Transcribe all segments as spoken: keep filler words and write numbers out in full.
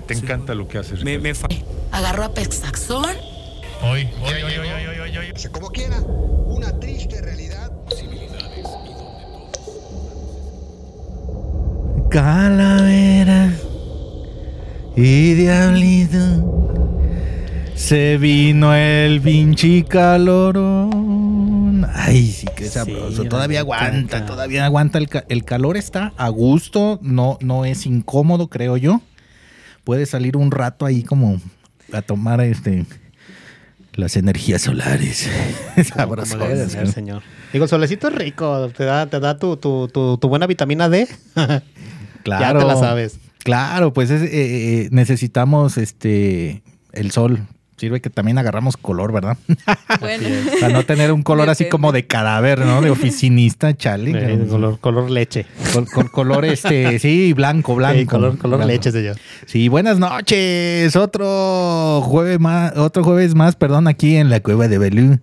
Te sí. encanta lo que haces. Me, me fa- Agarró a Pexaxón. Hoy, hoy, hoy, hoy, hoy, hoy, hoy. Como quiera, una triste realidad. Posibilidades y donde todo. Calavera y diablito, se vino el pinche calorón. Ay, sí que sabroso. Sí, todavía aguanta, acá. todavía aguanta. El, ca- el calor está a gusto, no, no es incómodo, creo yo. Puede salir un rato ahí como a tomar este las energías solares. Sabroso. Debe de ser, señor. Digo, el solecito es rico, te da, te da tu, tu, tu, tu buena vitamina D. Claro. Ya te la sabes. Claro, pues es, eh, necesitamos este el sol. Sirve que también agarramos color, ¿verdad? Bueno. Para no tener un color así como de cadáver, ¿no? De oficinista, chale. Eh, color, color leche. Con, con color, este, sí, blanco, blanco. Sí, color, color blanco. leche, señor. Sí, buenas noches. Otro jueves más, otro jueves más, perdón, aquí en la Cueva de Belú.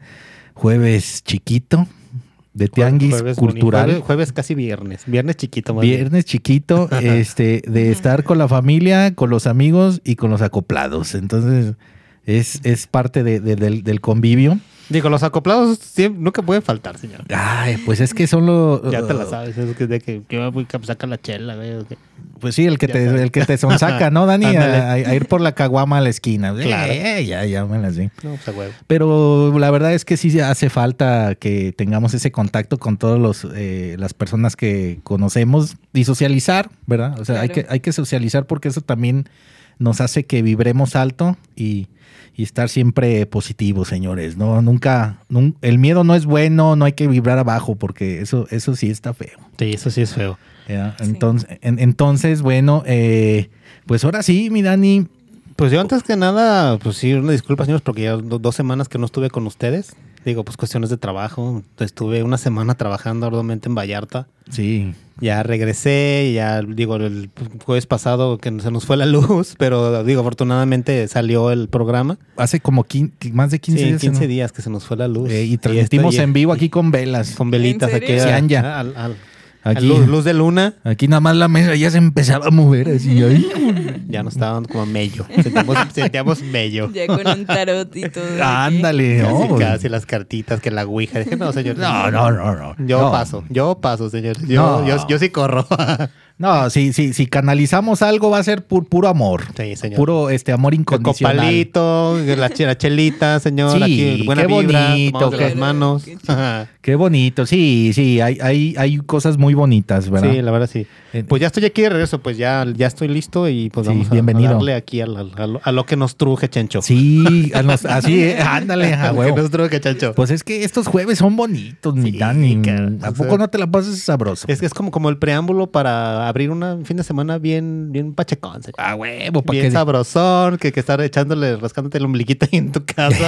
Jueves chiquito. De tianguis jueves cultural. Jueves, jueves casi viernes. Viernes chiquito. Más viernes bien. chiquito, este, de estar con la familia, con los amigos y con los acoplados. Entonces, es, es parte de, de, del, del convivio. Digo, los acoplados siempre, nunca pueden faltar, señor. Ay, pues es que son los... Ya te la sabes, es que de que, que voy a sacar la chela, güey. Pues sí, el que, te, el que te sonsaca, ¿no, Dani? A, a ir por la caguama a la esquina. Claro. Eh, ya, ya, me la sé. No, pues a huevo. Pero la verdad es que sí hace falta que tengamos ese contacto con todas los eh, las personas que conocemos y socializar, ¿verdad? O sea, claro. hay que, hay que socializar porque eso también nos hace que vibremos alto y... Y estar siempre positivo, señores. No, nunca, nunca, el miedo no es bueno, no hay que vibrar abajo, porque eso, eso sí está feo. Sí, eso sí es feo. ¿Ya? Sí. Entonces, en, entonces, bueno, eh, pues ahora sí, mi Dani. Pues yo antes que nada, pues sí, una disculpa, señores, porque ya do, dos semanas que no estuve con ustedes. Digo, pues cuestiones de trabajo. Estuve una semana trabajando arduamente en Vallarta. Sí. Ya regresé, ya digo, el jueves pasado que se nos fue la luz, pero digo, afortunadamente salió el programa. Hace como quince, más de quince sí, días. quince ¿no? días que se nos fue la luz. Eh, y transmitimos y esto, en vivo y, aquí con velas. Con velitas aquí. Sí, Anja. Al, al, Aquí, luz, luz de luna. Aquí nada más la mesa ya se empezaba a mover así. Ahí. Ya nos estaban como mello. Sentíamos, sentíamos mello. Ya con un tarot y todo. Ándale. Casi, No, casi las cartitas, que la ouija. Dije, no, señor. No, no, no. no yo no. paso, yo paso, señor. Yo, no. yo, yo sí corro. No, si, si, si canalizamos algo va a ser pu- puro amor. Sí, señor. Puro este amor incondicional. El copalito, la, la chelita, señor. Sí, aquí, buena qué vibra, bonito. Qué, Qué, de las manos. Qué, qué bonito. Sí, sí, hay, hay, hay cosas muy bonitas, ¿verdad? Sí, la verdad sí. Pues ya estoy aquí de regreso, pues ya, ya estoy listo y pues sí, vamos a, bienvenido. a darle aquí a, la, a, lo, a lo que nos truje, Chencho. Sí, a nos, así, eh, ándale, a, a lo huevo. que nos truje, Chencho. Pues es que estos jueves son bonitos, mi sí, Dani. ¿A poco o sea, no te la pasas sabroso? Es que es como, como el preámbulo para abrir una, un fin de semana bien, bien pachecón. Ah, huevo, para bien que... sabrosón, que, que estar echándole, rascándote el ombliguito ahí en tu casa.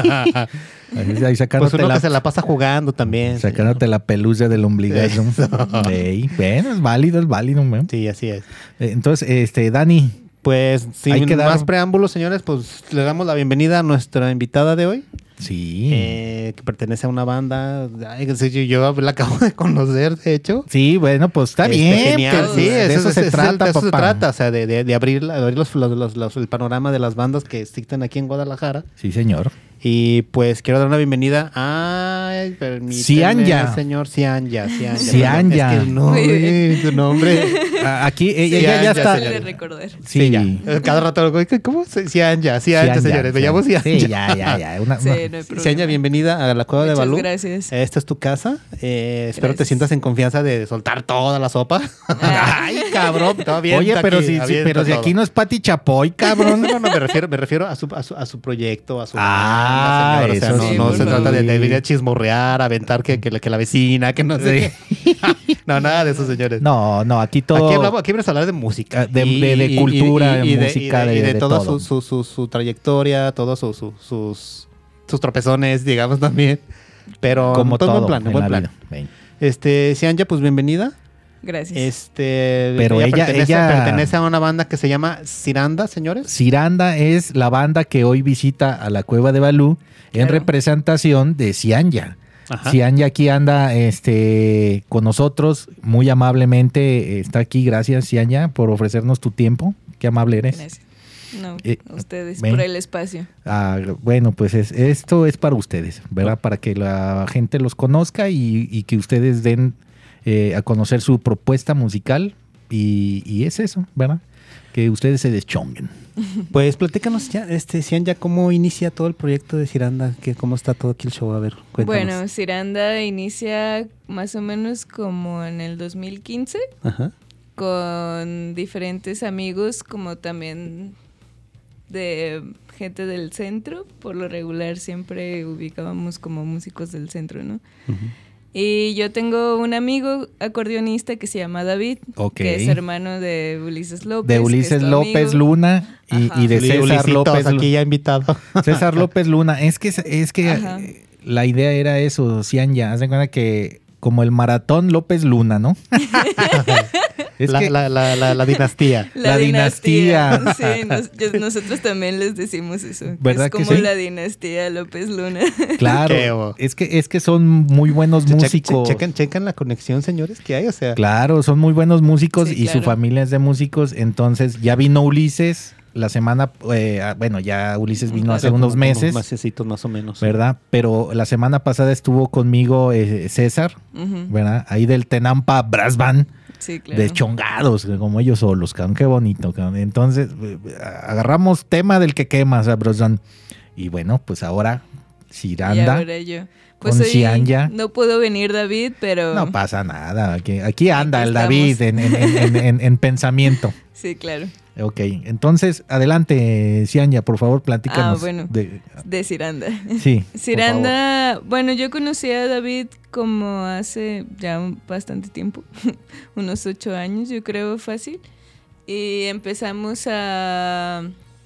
Ahí, ahí pues uno la, que se la pasa jugando también. Sacándote señor. La pelusa del ombligazo. Hey, bueno, es válido, es válido. Man. Sí, así es. Entonces, este, Dani. Pues sin hay que más dar... preámbulos, señores, pues le damos la bienvenida a nuestra invitada de hoy. Sí. Eh, que pertenece a una banda. Ay, yo, yo la acabo de conocer, de hecho. Sí, bueno, pues está este, bien. Genial, sí, de eso, eso es, se es, trata, de eso papá. se trata, o sea, de, de, de abrir, abrir los, los, los, los, el panorama de las bandas que existen aquí en Guadalajara. Sí, señor. Y pues quiero dar una bienvenida a... Permíteme, Cianya. señor Cianya. Cianya. Cianya. Es que no, güey, tu nombre. Aquí ella, ella ya está. recordar. Sí, sí, ya. Cada rato, ¿cómo? Cianya, Cianya, señores. Me llamo Cianya. Sí, ya, ya, ya. Una, sí, una... no hay problema. Cianya, bienvenida a la Cueva Muchas de Balú. gracias. Esta es tu casa. Eh, espero te sientas en confianza de soltar toda la sopa. Ay, cabrón. Oye, pero aquí, si, sí, pero si aquí no es Pati Chapoy, cabrón. No, no, no, me refiero, me refiero a su, a su, a su proyecto, a su ah, banda, señor. O sea, no, sí, no se favor. trata de, de venir a chismorrear, aventar que, que, que la vecina, que no sé. Sí. No, nada de eso, señores. No, no, aquí todo. Aquí hablamos, aquí vamos a hablar de música. De, y, de, de cultura, y, y, música, y de, y de, de, de, de toda todo. su, su, su, su trayectoria, todos su, su, sus, sus tropezones, digamos también. Pero como todo todo buen plan, en buen la plan. vida. Ven. Este, Cianya, pues bienvenida. Gracias. Este, pero ella, pertenece, ella pertenece a una banda que se llama Ciranda, señores. Ciranda es la banda que hoy visita a la Cueva de Balú en claro. representación de Cianya. Cianya aquí anda este, con nosotros, muy amablemente está aquí. Gracias, Cianya, por ofrecernos tu tiempo. Qué amable eres. Gracias. No, Eh, ustedes, ven. por el espacio. Ah, bueno, pues es, esto es para ustedes, ¿verdad? Para que la gente los conozca y, y que ustedes den eh, a conocer su propuesta musical y, y es eso, ¿verdad? Que ustedes se deschonguen. Pues platícanos ya, este, Cian, ya cómo inicia todo el proyecto de Ciranda, que cómo está todo aquí el show, a ver, cuéntanos. Bueno, Ciranda inicia más o menos como en el dos mil quince Ajá. con diferentes amigos, como también de gente del centro. Por lo regular siempre ubicábamos como músicos del centro, ¿no? Ujú. Y yo tengo un amigo acordeonista que se llama David, Ok. que es hermano de Ulises López. De que es Ulises tu López amigo. Luna y, Ajá. y de Uli- César Ulisitos, López Lu- aquí ya invitado. César López Luna. Es que, es que Ajá. eh, la idea era eso, Cian, ya. Haz de cuenta que como el maratón López Luna, ¿no? Es la, que- la, la, la, la dinastía. La dinastía. Sí, nos- yo- nosotros también les decimos eso. que ¿Verdad es que como sí? la dinastía López Luna. Claro, Qué bo- es que, es que son muy buenos Che- che- músicos. chequen, chequen la conexión, señores, que hay, o sea. Claro, son muy buenos músicos Sí, y su claro. familia es de músicos. Entonces ya vino Ulises la semana, eh, ah, bueno, ya Ulises vino hace Como- unos como meses, mesecitos más o menos. ¿verdad? Pero la semana pasada estuvo conmigo eh, César, Ujú. ¿verdad? Ahí del Tenampa Brass Band. Sí, claro. De chongados, como ellos solos, cabrón, qué bonito, cabrón. Entonces, eh, agarramos tema del que quema, sabrosón. Y bueno, pues ahora, Y Ciranda, ahora yo. Pues con hoy Cianya. no pudo venir David, pero... No pasa nada, aquí, aquí anda Aquí el David en, en- en- en- en pensamiento. Sí, claro. Ok, entonces, adelante, Cianya, por favor, platícanos. Ah, bueno. de- De Ciranda. sí, por Ciranda, bueno, yo conocí a David como hace ya un- bastante tiempo, unos ocho años, yo creo, fácil. Y empezamos a...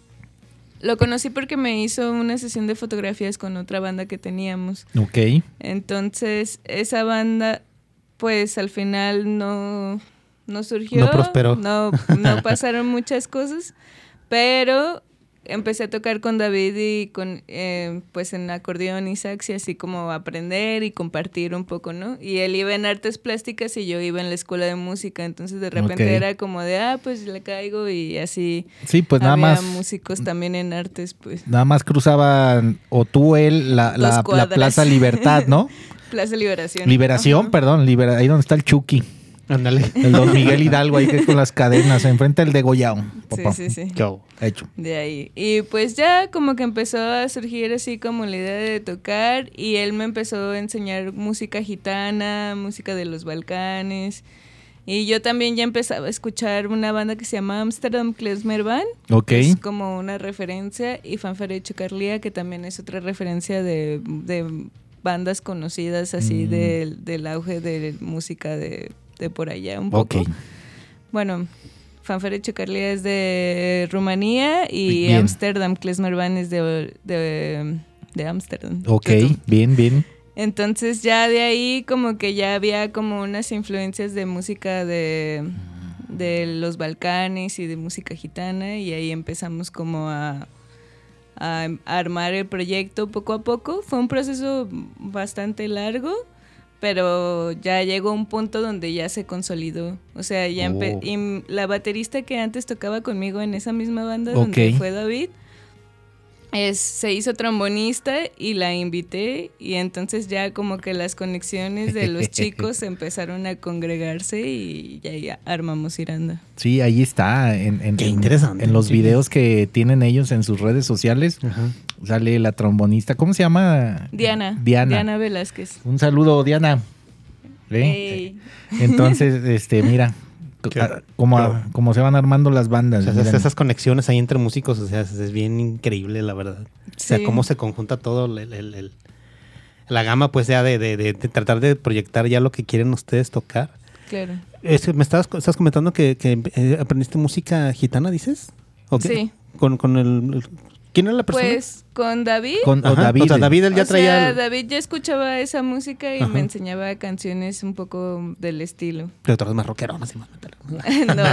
Lo conocí porque me hizo una sesión de fotografías con otra banda que teníamos. favor. Ok, Entonces, esa banda, pues al final no, no surgió. No prosperó. No, no pasaron muchas cosas, pero empecé a tocar con David y con, eh, pues en acordeón y sax y así como aprender y compartir un poco, ¿no? Y él iba en artes plásticas y yo iba en la escuela de música, entonces de repente Ok. era como de, ah, pues le caigo y así. sí, pues nada había más, músicos también en artes, pues. nada más cruzaban, o tú, él, la, Dos la, la cuadras. Plaza Libertad, ¿no? Plaza Liberación. Liberación, Ajá. perdón, libera, ahí donde está el Chucky. Ándale. El don Miguel Hidalgo ahí que con las cadenas, enfrente del degollado. Sí, sí, sí. Yo. Hecho. De ahí. Y pues ya como que empezó a surgir así como la idea de tocar y él me empezó a enseñar música gitana, música de los Balcanes. Y yo también ya empezaba a escuchar una banda que se llama Amsterdam Klezmer Band. Ok. Que es como una referencia. Y Fanfare Chocarlía, que también es otra referencia de, de bandas conocidas así Mm. del, del auge de música de, de por allá un poco. Ok. Bueno, Fanfare Chocarlía es de Rumanía y Bien. Amsterdam Klezmer Band es de de de Ámsterdam. Ok, Tutum. bien, bien. Entonces ya de ahí como que ya había como unas influencias de música de, de los Balcanes y de música gitana y ahí empezamos como a, a armar el proyecto poco a poco. Fue un proceso bastante largo, pero ya llegó un punto donde ya se consolidó. O sea, ya empe- Oh. y la baterista que antes tocaba conmigo en esa misma banda donde Ok. fue David, es, se hizo trombonista y la invité y entonces ya como que las conexiones de los chicos empezaron a congregarse y ya, ya armamos Ciranda. Sí, ahí está. En, en- Qué en- interesante, En los sí. videos que tienen ellos en sus redes sociales, Ajá. sale la trombonista. ¿Cómo se llama? Diana. Diana. Diana Velázquez. Un saludo, Diana. ¿Eh? Ey. Entonces, este, mira, Qué- a- como, a- como se van armando las O bandas. sea, miren. esas, esas conexiones ahí entre músicos, o sea, es, es bien increíble, la verdad. O sea, Sí. cómo se conjunta todo el, el- el- la gama, pues, ya de, de- de- de tratar de proyectar ya lo que quieren ustedes tocar. Claro. Es que me estabas, estabas comentando que, que, eh, aprendiste música gitana, ¿dices? ¿O qué? Sí. Con, con el, el- ¿Quién era la persona? Pues con David. Con o Ajá, David. O sea, David él ya o traía... sea, el- David ya escuchaba esa música y Ajá. me enseñaba canciones un poco del estilo. Pero tú eres más rockerona, así más metal. No,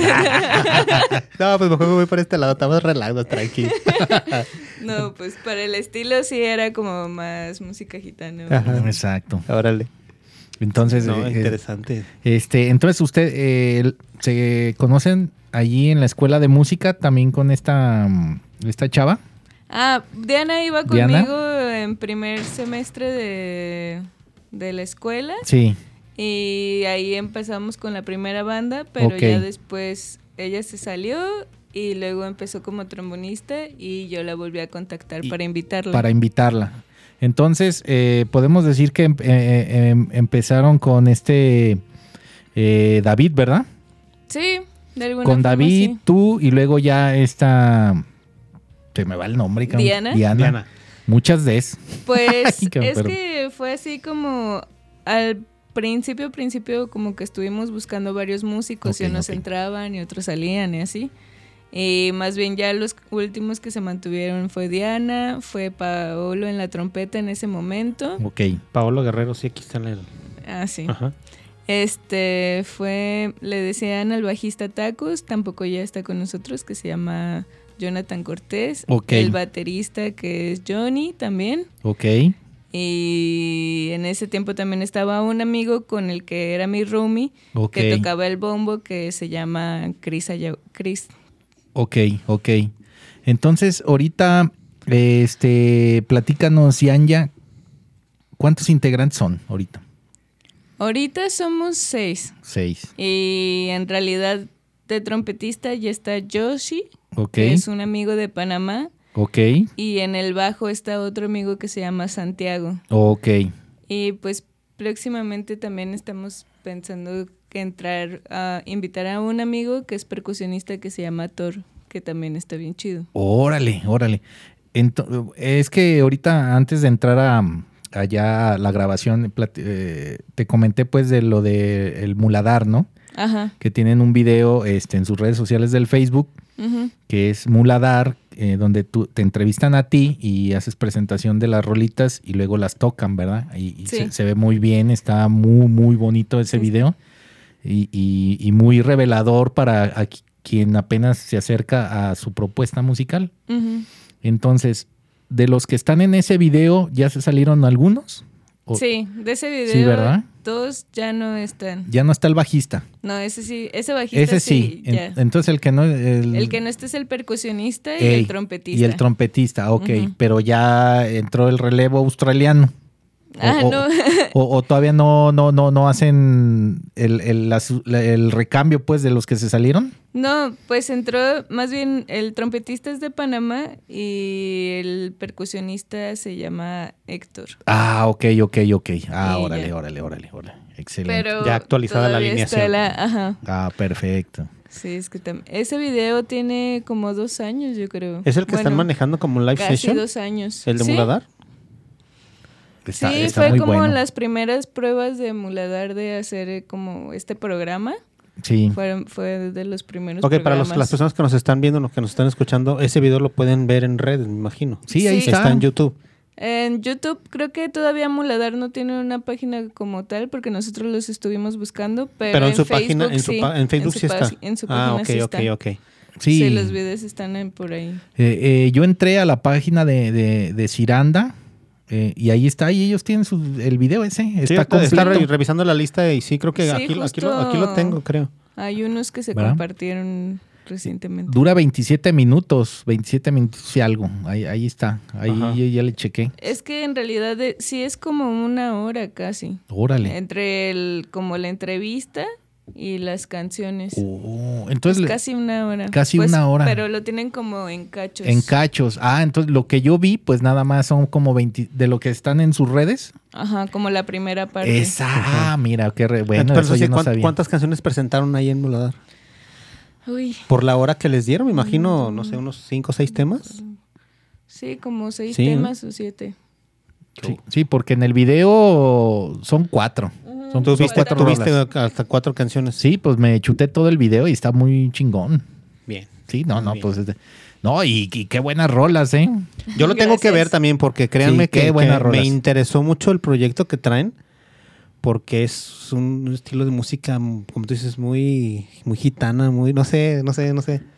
No, pues mejor me voy por este lado, estamos relajados, tranqui. no, pues para el estilo sí era como más música gitana. Ajá. Exacto. Órale. Entonces, No, eh, interesante. este, entonces usted eh, se conocen allí en la escuela de música también con esta, esta chava. Ah, Diana iba ¿Diana? conmigo en primer semestre de, de la escuela. Sí. Y ahí empezamos con la primera banda, pero Ok. ya después ella se salió y luego empezó como trombonista y yo la volví a contactar Y- para invitarla. Para invitarla. Entonces, eh, podemos decir que em- eh, em- empezaron con este eh, David, ¿verdad? Sí, de alguna Con forma David, sí. tú y luego ya esta... Se me va el nombre. cabrón. ¿Diana? Diana. Diana. Muchas des. Pues Ay, cabrón, es pero- que fue así como al principio, principio como que estuvimos buscando varios músicos Ok, y unos ok. entraban y otros salían y así. Y más bien ya los últimos que se mantuvieron fue Diana, fue Paolo en la trompeta en ese momento. Ok. Paolo Guerrero, sí, aquí está en el... Ah, sí. Ajá. Este fue, le decían al bajista Tacos, tampoco ya está con nosotros, que se llama Jonathan Cortés. Ok. El baterista que es Johnny también. Ok. Y en ese tiempo también estaba un amigo con el que era mi roomie, Ok. que tocaba el bombo, que se llama Chris. Aya- Chris. Ok, ok. Entonces, ahorita, este, platícanos, Yanya, ¿cuántos integrantes son ahorita? Ahorita somos seis. Seis. Y en realidad de trompetista ya está Yoshi, Ok. que es un amigo de Panamá. Ok. Y en el bajo está otro amigo que se llama Santiago. Ok. Y pues próximamente también estamos pensando que entrar a invitar a un amigo que es percusionista que se llama Thor, que también está bien chido. Órale, órale. Ento- es que ahorita, antes de entrar a allá a la grabación, plat- eh, te comenté pues de lo de el Muladar, ¿no? Ajá. Que tienen un video este, en sus redes sociales del Facebook, Ujú. que es Muladar, eh, donde tú te entrevistan a ti y haces presentación de las rolitas y luego las tocan, ¿verdad? Y, y Sí. se, se ve muy bien, está muy, muy bonito ese Sí. video y, y- y muy revelador para a qui- quien apenas se acerca a su propuesta musical. Ujú. Entonces, de los que están en ese video, ¿ya se salieron algunos? ¿O Sí, de ese video Sí, ¿verdad? todos ya no están. Ya no está el bajista. No, ese sí, ese bajista Ese sí. En- ya. entonces, el que no... El, El que no está es el percusionista y Ey, el trompetista. Y el trompetista, ok. Ujú. Pero ya entró el relevo australiano. Ah, o, no. o- o todavía no, no, no, no hacen el, el, las- la- el recambio, pues, de los que se salieron. No, pues entró, más bien el trompetista es de Panamá y el percusionista se llama Héctor. Ah, ok, ok, ok. Ah, Y órale, ya. órale, órale, órale. Excelente. Pero Ya actualizada la todavía está alineación. la- ajá. Ah, perfecto. Sí, es que tam- ese video tiene como dos años, yo creo. ¿Es el que están Bueno, manejando como live casi session? dos años. ¿El de Sí, Muladar? Está, sí, está fue muy como bueno. las primeras pruebas de Muladar de hacer eh, como este programa. Sí. Fueron, fue de los primeros Ok, para los- programas. las personas que nos están viendo, los que nos están escuchando, ese video lo pueden ver en redes, me imagino. Sí, ahí Sí. está. Está en YouTube. En YouTube creo que todavía Muladar no tiene una página como tal porque nosotros los estuvimos buscando, pero, Pero en en su Facebook página, en su, sí, pa- en Facebook su sí está. pa- En su Ah, página ok, sí ok, está. ok. Sí. Sí, los videos están en- por ahí. Eh, eh, yo entré a la página de, de, de Ciranda eh, y ahí está, y ellos tienen su, el video ese. Sí, Está ahorita está completo. re- revisando la lista y sí, creo que Sí, aquí, aquí, lo, justo- aquí lo tengo, creo. Hay unos que se ¿Verdad? compartieron recientemente. Dura veintisiete minutos, veintisiete minutos y algo. Ahí, ahí está. Ahí Ajá. yo ya le chequé. Es que en realidad eh, sí es como una hora casi. Órale. Entre el como la entrevista y las canciones. Oh, Es entonces, le- casi una hora. casi Pues, una hora. Pero lo tienen como en cachos. en cachos. Ah, entonces lo que yo vi, pues nada más son como veinte de lo que están en sus redes. Ajá, como la primera parte. Esa. Ah, mira, qué re- bueno, Entonces, eso sí, yo no ¿cuán- sabía. ¿cuántas canciones presentaron ahí en Muladar? Uy, Por la hora que les dieron, me imagino, no sé, unos cinco o seis temas. sí, como seis Sí, ¿no? temas o siete. Sí, sí, porque en el video son cuatro. Son Tú son viste, cuatro tuviste rolas. hasta cuatro canciones. Sí, pues me chuté todo el video y está muy chingón. Bien. Sí, no, Muy no, bien. pues este- no, y, y qué buenas rolas, ¿eh? Yo lo tengo que Gracias. ver también porque créanme Sí, qué que, que buenas me rolas. interesó mucho el proyecto que traen porque es un estilo de música, como tú dices, muy, muy gitana, muy, no sé, no sé, no sé.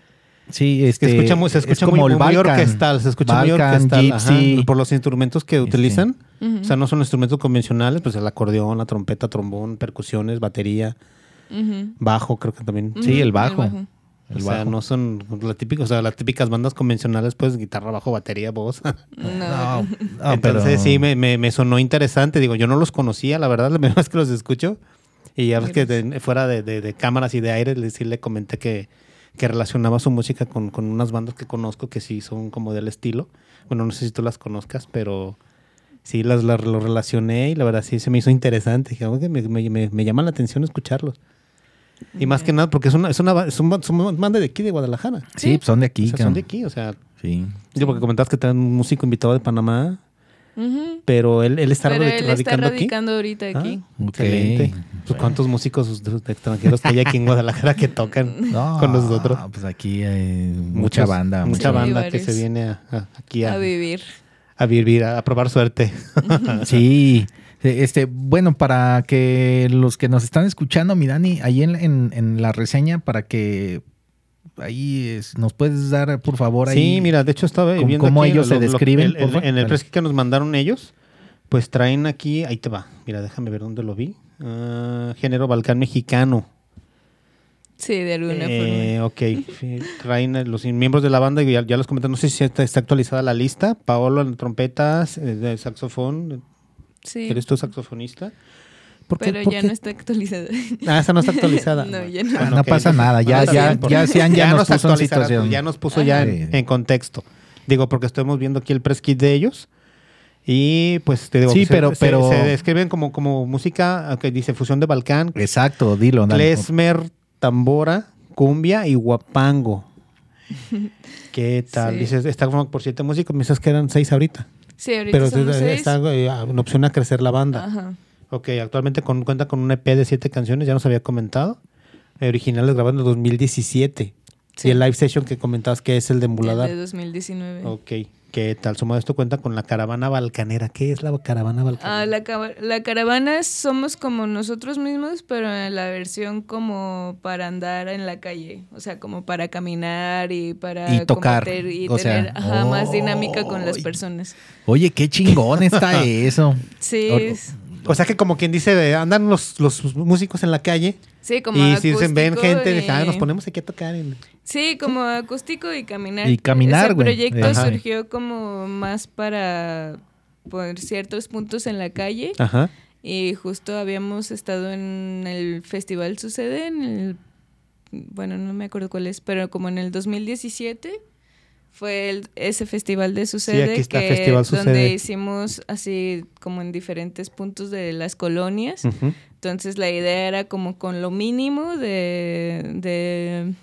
Sí, Es que este, escucha muy, se escucha es como muy, el muy Balkan. orquestal, se escucha muy Balkan, orquestal, ajá, gypsy. por los instrumentos que Este. utilizan. Ujú. O sea, no son instrumentos convencionales, pues el acordeón, la trompeta, trombón, percusiones, batería, Ujú. bajo, creo que también. Sí, el Ujú, bajo. O El sea, bajo. no son la típica, o sea, las típicas bandas convencionales, pues guitarra, bajo, batería, voz. No. No, no, Entonces pero- sí, me, me, me sonó interesante. Digo, yo no los conocía, la verdad, la primera vez que los escucho. Y ya ves que de- fuera de, de- de cámaras y de aire, le- sí le comenté que, que relacionaba su música con, con unas bandas que conozco que sí son como del estilo. Bueno, no sé si tú las conozcas, pero sí las, las lo relacioné y la verdad sí se me hizo interesante. Dije, "Oye, me, me, me, me llama la atención escucharlos. Y más Ya. que nada porque es una, es una, ba- es un- son una banda de aquí, de Guadalajara. Sí, pues son de aquí. O sea, son cabrón. de aquí, o sea, Sí. yo porque comentabas que traen un músico invitado de Panamá, Ujú. pero él, él está Pero radic- él está radicando aquí. radicando ahorita aquí. Ah, excelente. Pues cuántos músicos de- de extranjeros que hay aquí en Guadalajara que tocan No, con nosotros. pues aquí hay mucha Muchos- banda. Mucha Sí, banda que varios. se viene a- a- aquí a, A vivir. a vivir, a, a probar suerte. Sí. Este, bueno, para que los que nos están escuchando, mi Dani, ahí en, en, en la reseña, para que ahí es- nos puedes dar, por favor, ahí. Sí, mira, de hecho estaba ¿Cómo- viendo cómo aquí ellos se describen, el- por el- favor? en el Dale. press kit que nos mandaron ellos, pues traen aquí, ahí te va. Mira, déjame ver dónde lo vi. Ah, género Balcán mexicano. Sí, de alguna Eh, ok, sí, traen a los miembros de la banda y ya, ya los comenté, no sé si está, está actualizada la lista. Paolo en trompetas, eh, de saxofón, forma. Sí. ¿eres tú saxofonista? ¿Por qué- Pero por ya qué? no está actualizada. Ah, esa no está actualizada. No, ya no. Ah, no pasa nada, ya- está ya- bien, porque ya Cian ya nos puso en actualizará, situación. Ya nos puso ya Ajá. en, en contexto. Digo, porque estamos viendo aquí el press kit de ellos. Y pues te digo, Sí, se, pero- se- pero- se describen como, como música que dice fusión de Balcán, Exacto, dilo. Dani. klezmer, tambora, cumbia y guapango. ¿Qué tal? Sí. Dices, está como por siete músicos, me dices que eran seis ahorita. Sí, ahorita Pero somos seis. está eh, una opción a crecer la banda. Ajá. Ok, actualmente con- cuenta con un E P de siete canciones, ya nos había comentado. Eh, originales grabados en el dos mil diecisiete. Sí. Y el live session que comentabas que es el de Embuladar. El de dos mil diecinueve. Ok, ¿qué tal? Sumado a esto cuenta con la caravana balcanera. ¿Qué es la caravana balcanera? Ah, la, cava- la caravana somos como nosotros mismos, pero en la versión como para andar en la calle. O sea, como para caminar y para Y tocar, compartir y o sea, tener ajá, más dinámica con las ¡ay! personas. Oye, qué chingón está eso. Sí, Or- es- O sea que como quien dice, eh, andan los, los músicos en la calle sí, como y si dicen, ven acústico gente, y- dicen, ah, nos ponemos aquí a tocar. en-". Sí, como acústico y caminar. Y caminar, Ese güey. proyecto Ajá. surgió como más para por ciertos puntos en la calle. Ajá. Y justo habíamos estado en el Festival Sucede, en el, bueno, no me acuerdo cuál es, pero como en el dos mil diecisiete fue el- ese Festival de Sucede, aquí está, que, Festival Sucede. donde hicimos así como en diferentes puntos de las colonias. Ujú. Entonces la idea era como con lo mínimo de, de,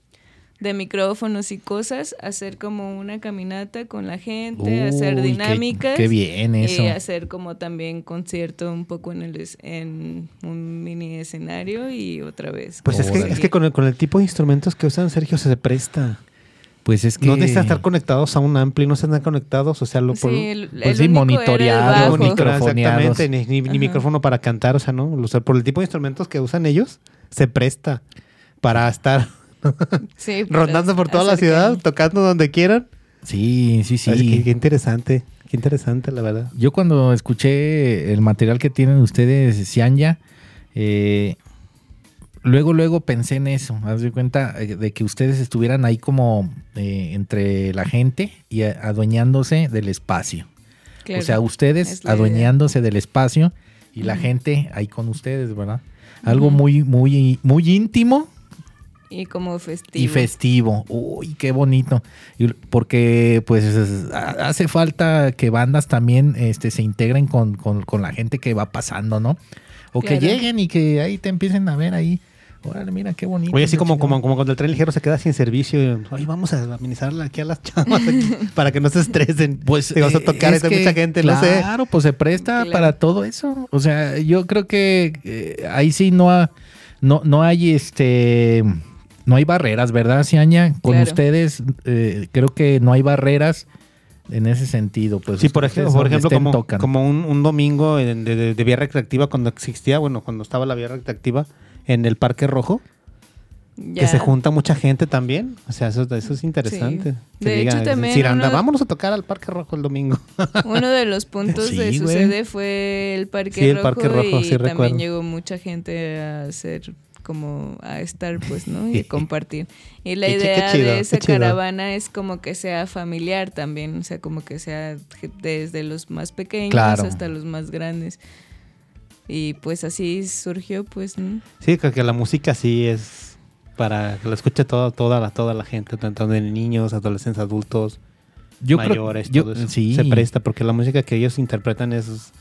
de micrófonos y cosas, hacer como una caminata con la gente, hacer Uy, qué- dinámicas. Qué, bien eso. Y hacer como también concierto un poco en, el, es- en un mini escenario y otra vez. Pues es que, Órale. es que con el, con el tipo de instrumentos que usan, Sergio, se presta. Pues es que. No necesitan estar conectados a un ampli, no están conectados, o sea, lo Sí, por- el, pues el sí, único monitoreado, era el bajo. monitor- microfoneados. Exactamente, ni, ni- ni Ajá. micrófono para cantar, o sea, ¿no? O sea, por el tipo de instrumentos que usan ellos, se presta para estar Sí, para rondando por toda la hacer ciudad, que- tocando donde quieran. Sí, sí, sí. Ay, qué, qué interesante, qué interesante, la verdad. Yo cuando escuché el material que tienen ustedes, Cianya, eh, luego, luego pensé en eso. Haz de cuenta eh, de que ustedes estuvieran ahí como eh, entre la gente y a- adueñándose del espacio. Claro, O sea, ustedes es la idea. adueñándose del espacio y la gente ahí con ustedes, ¿verdad? Algo Ujú. muy, muy, muy íntimo Y como festivo. y festivo. Uy, qué bonito. Y porque pues es- ha- hace falta que bandas también este, se integren con, con- con la gente que va pasando, ¿no? O que Claro. lleguen y que ahí te empiecen a ver ahí. Órale, mira qué bonito. Oye, así qué como, chingón. como, como cuando el tren ligero se queda sin servicio, y, oye, vamos a administrarla aquí a las chavas aquí, para que no se estresen. Pues Te vas a eh, tocar es a que, mucha gente, no sé. Claro, pues se presta Claro. para todo eso. O sea, yo creo que eh, ahí sí no, ha- no, no hay este no hay barreras, ¿verdad, Cianya? Con Claro. ustedes eh, creo que no hay barreras en ese sentido. Pues Sí, por ustedes ejemplo, por donde ejemplo estén, como, tocan. como un, un domingo de, de- de vía recreativa cuando existía, bueno, cuando estaba la vía recreativa en el Parque Rojo, Ya. Que se junta mucha gente también. O sea, eso, eso es interesante. Sí. Que De diga, hecho, también Ciranda, uno- vámonos a tocar al Parque Rojo el domingo. Uno de los puntos Sí, de güey. Sucede fue el Parque Sí, el Rojo, Parque Rojo, y sí también recuerdo. llegó mucha gente a hacer como a estar pues, ¿no? Y a compartir. Y la Qué chi- qué idea chido, de qué esa chido. caravana es como que sea familiar también, o sea, como que sea desde los más pequeños Claro. hasta los más grandes. Y pues así surgió, pues, ¿no? Sí, creo que la música sí es para que lo escuche todo, toda, la, toda la gente, tanto de niños, adolescentes, adultos, Yo creo- mayores, yo- todo eso. sí. Se presta porque la música que ellos interpretan es...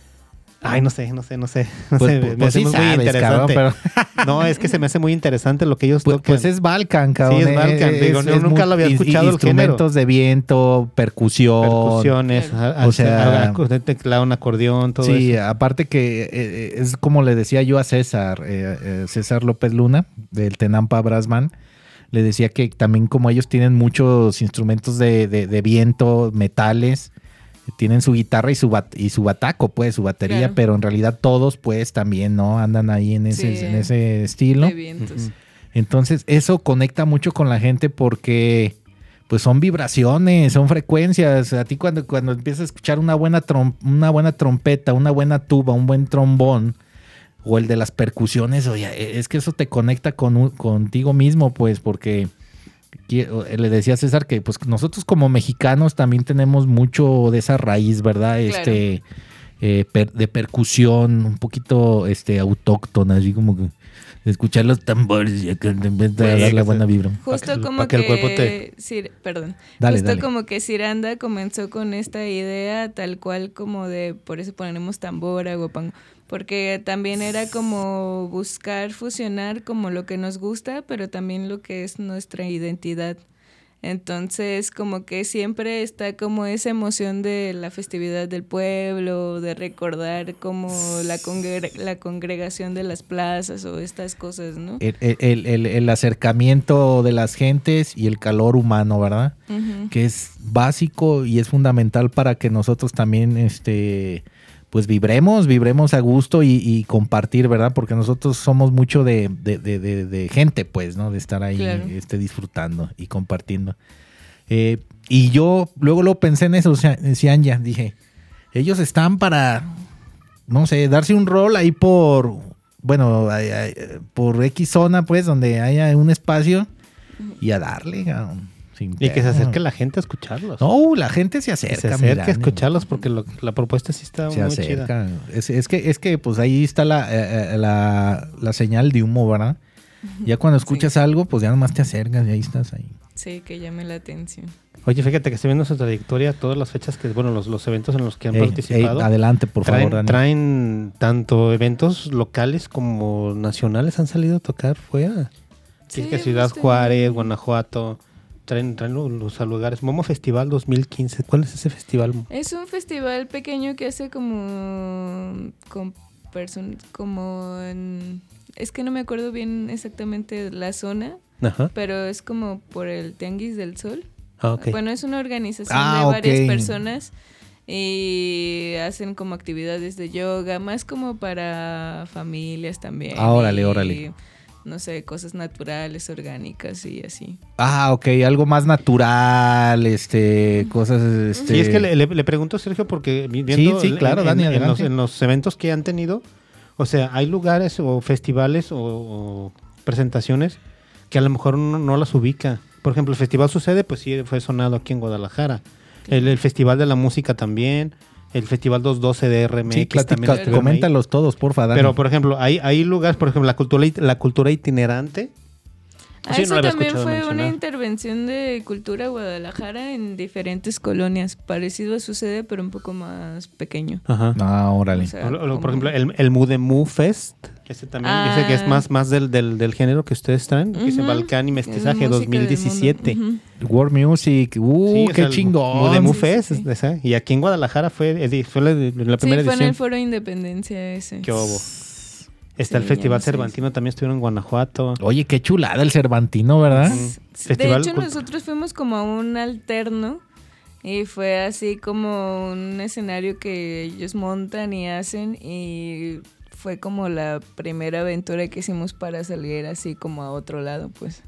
Ay, no sé, no sé, no sé. No Pues, sé, pues, me hace sí muy sabes, interesante. cabrón, No, es que se me hace muy interesante lo que ellos Pues, tocan. pues es Balkan, cabrón. Sí, es Balkan. eh, Digo, yo nunca mu- lo había in- escuchado el Instrumentos de viento, percusión. Percusiones, Claro. a- O sea- a- a- teclado, un acordeón, todo Sí, eso. aparte que eh, eh, es como le decía yo a César, eh, eh, César López Luna, del Tenampa Brass Band, le decía que también como ellos tienen muchos instrumentos de, de- de viento, metales, tienen su guitarra y su bat- y su bataco, pues, su batería, Claro. pero en realidad todos, pues, también, ¿no? Andan ahí en ese, Sí. en ese estilo. De vientos. Entonces, eso conecta mucho con la gente porque pues son vibraciones, son frecuencias. A ti cuando, cuando empiezas a escuchar una buena, trom- una buena trompeta, una buena tuba, un buen trombón, o el de las percusiones, oye, es que eso te conecta con, un- contigo mismo, pues, porque qui- le decía a César que pues nosotros como mexicanos también tenemos mucho de esa raíz, ¿verdad? Claro. Este eh, per- de percusión, un poquito este autóctona, así como que escuchar los tambores y acá te empieza a Sí, dar la que buena se- vibra. Justo Pa' que- como pa' que que, el cuerpo te- Cir- perdón. Dale, Justo dale. como que Ciranda comenzó con esta idea tal cual como de, por eso ponemos tambora, guapango, porque también era como buscar fusionar como lo que nos gusta, pero también lo que es nuestra identidad. Entonces, como que siempre está como esa emoción de la festividad del pueblo, de recordar como la, congre- la congregación de las plazas o estas cosas, ¿no? El, el- el- el acercamiento de las gentes y el calor humano, ¿verdad? Ujú. Que es básico y es fundamental para que nosotros también, este, pues vibremos, vibremos a gusto y, y compartir, ¿verdad? Porque nosotros somos mucho de, de, de, de- de gente, pues, ¿no? De estar ahí Claro. este, disfrutando y compartiendo. Eh, y yo luego lo pensé en eso, o sea, decían ya, dije, ellos están para, no sé, darse un rol ahí por, bueno, ay- ay, por X zona, pues, donde haya un espacio y a darle, cabrón, sin Y que se pedo. acerque la gente a escucharlos. No, la gente se que acerca. se acerque mira, a escucharlos porque lo- la propuesta sí está se muy chida. acerca. Es, es que, es que pues ahí está la, eh, eh, la, la señal de humo, ¿verdad? Ya cuando escuchas algo, pues ya nomás te acercas y ahí estás ahí. Sí, que llame la atención. Oye, fíjate que estoy viendo su trayectoria, todas las fechas que, bueno, los, los eventos en los que han Ey, participado. ey, adelante, por traen, favor, Dani. traen tanto eventos locales como nacionales, han salido a tocar fuera. Sí, Sí, que Ciudad justo. Juárez, Guanajuato, traen, traen los, los lugares. Momo Festival dos mil quince, ¿cuál es ese festival? Es un festival pequeño que hace como con personas como en, es que no me acuerdo bien exactamente la zona, Ajá. pero es como por el Tianguis del Sol. Ah, ok. Bueno, es una organización Ah, de varias ok. personas y hacen como actividades de yoga, más como para familias también. Ah, órale, y, órale. No sé, cosas naturales, orgánicas y así. Ah, ok, algo más natural, este, cosas, este... Sí, es que le, le- le pregunto, Sergio, porque vi- Sí, viendo sí, en- claro, en, Dani, en los, adelante. en los eventos que han tenido, o sea, hay lugares o festivales o, o presentaciones que a lo mejor uno no las ubica. Por ejemplo, el Festival Sucede, pues sí, fue sonado aquí en Guadalajara. El, el Festival de la Música también, el Festival doscientos doce de R M X Sí, también platica, estuvieron ahí. coméntalos todos, porfa, Dani. Pero, por ejemplo, hay, hay lugares, por ejemplo, la cultura, it- la cultura itinerante. Ah, Sí, no eso lo había también escuchado fue mencionar. una intervención de Cultura Guadalajara en diferentes colonias, parecido a Sucede, pero un poco más pequeño. Ajá. Ah, órale. O sea, O lo- o lo- por como- ejemplo, el, el Mudemu Fest, que ese también Ah. dice que es más, más del, del, del género que ustedes traen, que dice Ujú. Balcán y Es Mestizaje música dos mil diecisiete. del mundo. Ujú. World Music, uh, Sí, o qué sea, el chingón. Mudemu Sí, sí, Fest, sí. esa, y aquí en Guadalajara fue, edi- fue la, la Sí, primera fue en edición. el Foro Independencia ese. ¿Qué hubo? Está Sí, el Festival ya no sé. Cervantino, también estuvieron en Guanajuato. Oye, qué chulada el Cervantino, ¿verdad? Ujú. De Festival hecho, cult- nosotros fuimos como a un alterno y fue así como un escenario que ellos montan y hacen y fue como la primera aventura que hicimos para salir así como a otro lado, pues.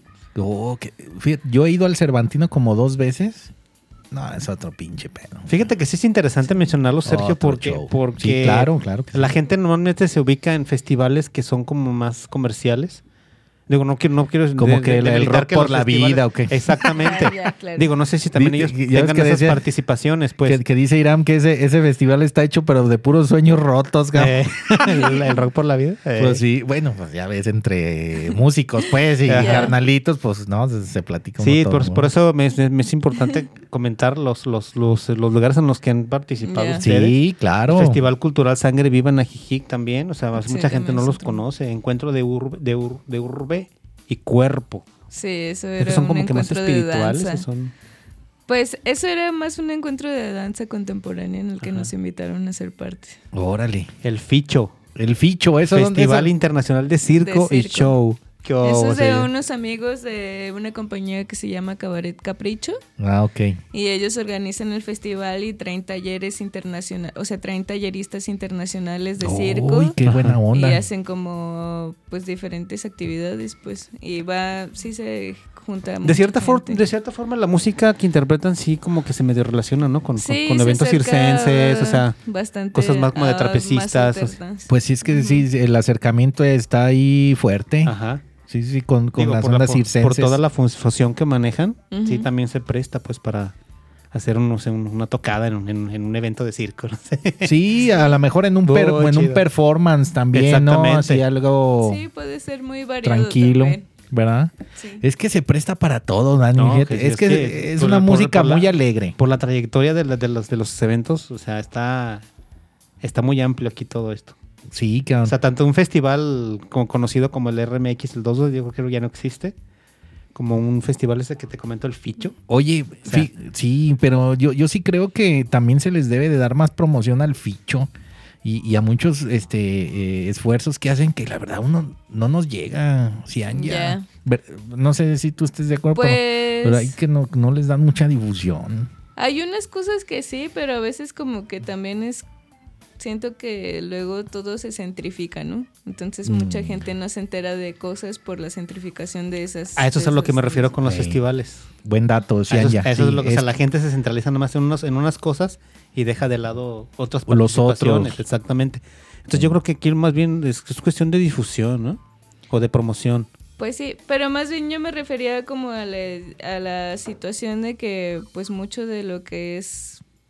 Oh, que, fíjate, yo he ido al Cervantino como dos veces. No, es otro pinche pedo. Fíjate que sí es interesante mencionarlo, Sergio, Otro porque, show. porque Sí, claro, claro que sí. la gente normalmente se ubica en festivales que son como más comerciales. Digo, no quiero, no quiero Como de- que de- el- de el militar rock que por los la festivales- vida, ¿o qué? Exactamente. Ah, ya, claro. Digo, no sé si también Vi- ellos ya ves tengan que esas decía- participaciones, pues. Que, que dice Iram que ese, ese festival está hecho pero de puros sueños rotos, cabrón. Eh, el, el rock por la vida. Eh. Pues sí, bueno, pues ya ves, entre músicos, pues, y Ajá. carnalitos, pues, ¿no? Se, se platica uno Sí, todo, por, ¿no? por eso me, me- me es importante comentar los, los, los, los lugares en los que han participado Ya. ustedes. Sí, claro. El Festival Cultural Sangre Viva en Ajijic también. O sea, Sí, mucha gente también no es los otro. conoce. Encuentro de urbe, de, ur- de urbe y cuerpo. Sí, eso Es que era son un como que más encuentro de espirituales. danza. o son... Pues eso era más un encuentro de danza contemporánea en el que Ajá. nos invitaron a ser parte. Órale. El Ficho. El ficho, eso. ¿dónde- Festival eso? Internacional de Circo, De y Circo. Show. ¿Qué Eso hubo, es de señor? unos amigos de una compañía que se llama Cabaret Capricho Ah, ok. y ellos organizan el festival y traen talleres internacionales, o sea, traen talleristas internacionales de circo. Uy, qué buena Ajá. onda. Y hacen como pues diferentes actividades, pues, y va, sí se junta De mucha cierta, for- gente. de cierta forma, la música que interpretan sí como que se medio relaciona, ¿no? Con, con- Sí, con se eventos acerca circenses, o sea... bastante cosas más como de a trapecistas, más o sea. alternas. Pues sí, es que sí, el acercamiento está ahí fuerte. Ajá. Sí, sí, con, con Digo, las por, la- ondas por- circenses. por toda la fun- función que manejan, Ujú. sí también se presta pues para hacer un- no sé, un- una tocada en un, en- en un evento de circo, no sé. Sí, a lo mejor en un, per- Muy en un chido. performance también, ¿no? Exactamente. Así algo Sí, puede ser muy variado tranquilo, también. ¿verdad? Sí. Es que se presta para todo, Dani. No, fíjate. que- es, es que, que es por una la- por- música por la- muy alegre. Por la trayectoria de, la- de los, de los eventos, o sea, está, está muy amplio aquí todo esto. Sí, cabrón. O sea, tanto un festival como conocido como el R M X, el dos, yo creo que ya no existe, como un festival ese que te comento, el Ficho. Oye, O sea- fi- sí, pero yo, yo sí creo que también se les debe de dar más promoción al ficho y, y a muchos este eh, esfuerzos que hacen que la verdad uno no nos llega. Si han ya. Ya. Ver- No sé si tú estés de acuerdo, pero, Pues pero hay que no, no les dan mucha difusión. hay unas cosas que sí, pero a veces como que también es siento que luego todo se centrifica, ¿no? Entonces mucha Mm. gente no se entera de cosas por la centrificación de esas. A eso es de a lo que me esas- refiero con los Sí. festivales. Buen dato, A Cian, eso, es- ya. a eso es Sí, lo que, o sea, es- la gente se centraliza nomás en, unos, en unas cosas y deja de lado otras Los participaciones. otros. Exactamente. Entonces yo creo que aquí más bien es, es cuestión de difusión, ¿no? O de promoción. Pues sí, pero más bien yo me refería como a la, a la situación de que pues mucho de lo que es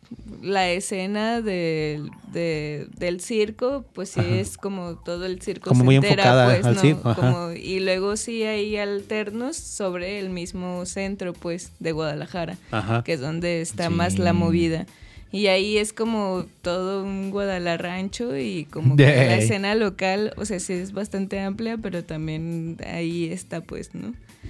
la escena del, de- del circo, pues sí Ajá. es como todo el circo Como muy se entera, enfocada pues, al ¿no? circo, ajá. Como- y luego sí hay alternos sobre el mismo centro pues de Guadalajara, Ajá. que es donde está Sí. más la movida. Y ahí es como todo un Guadalarancho y como que la Ey. escena local, o sea, sí es bastante amplia, pero también ahí está pues, ¿no?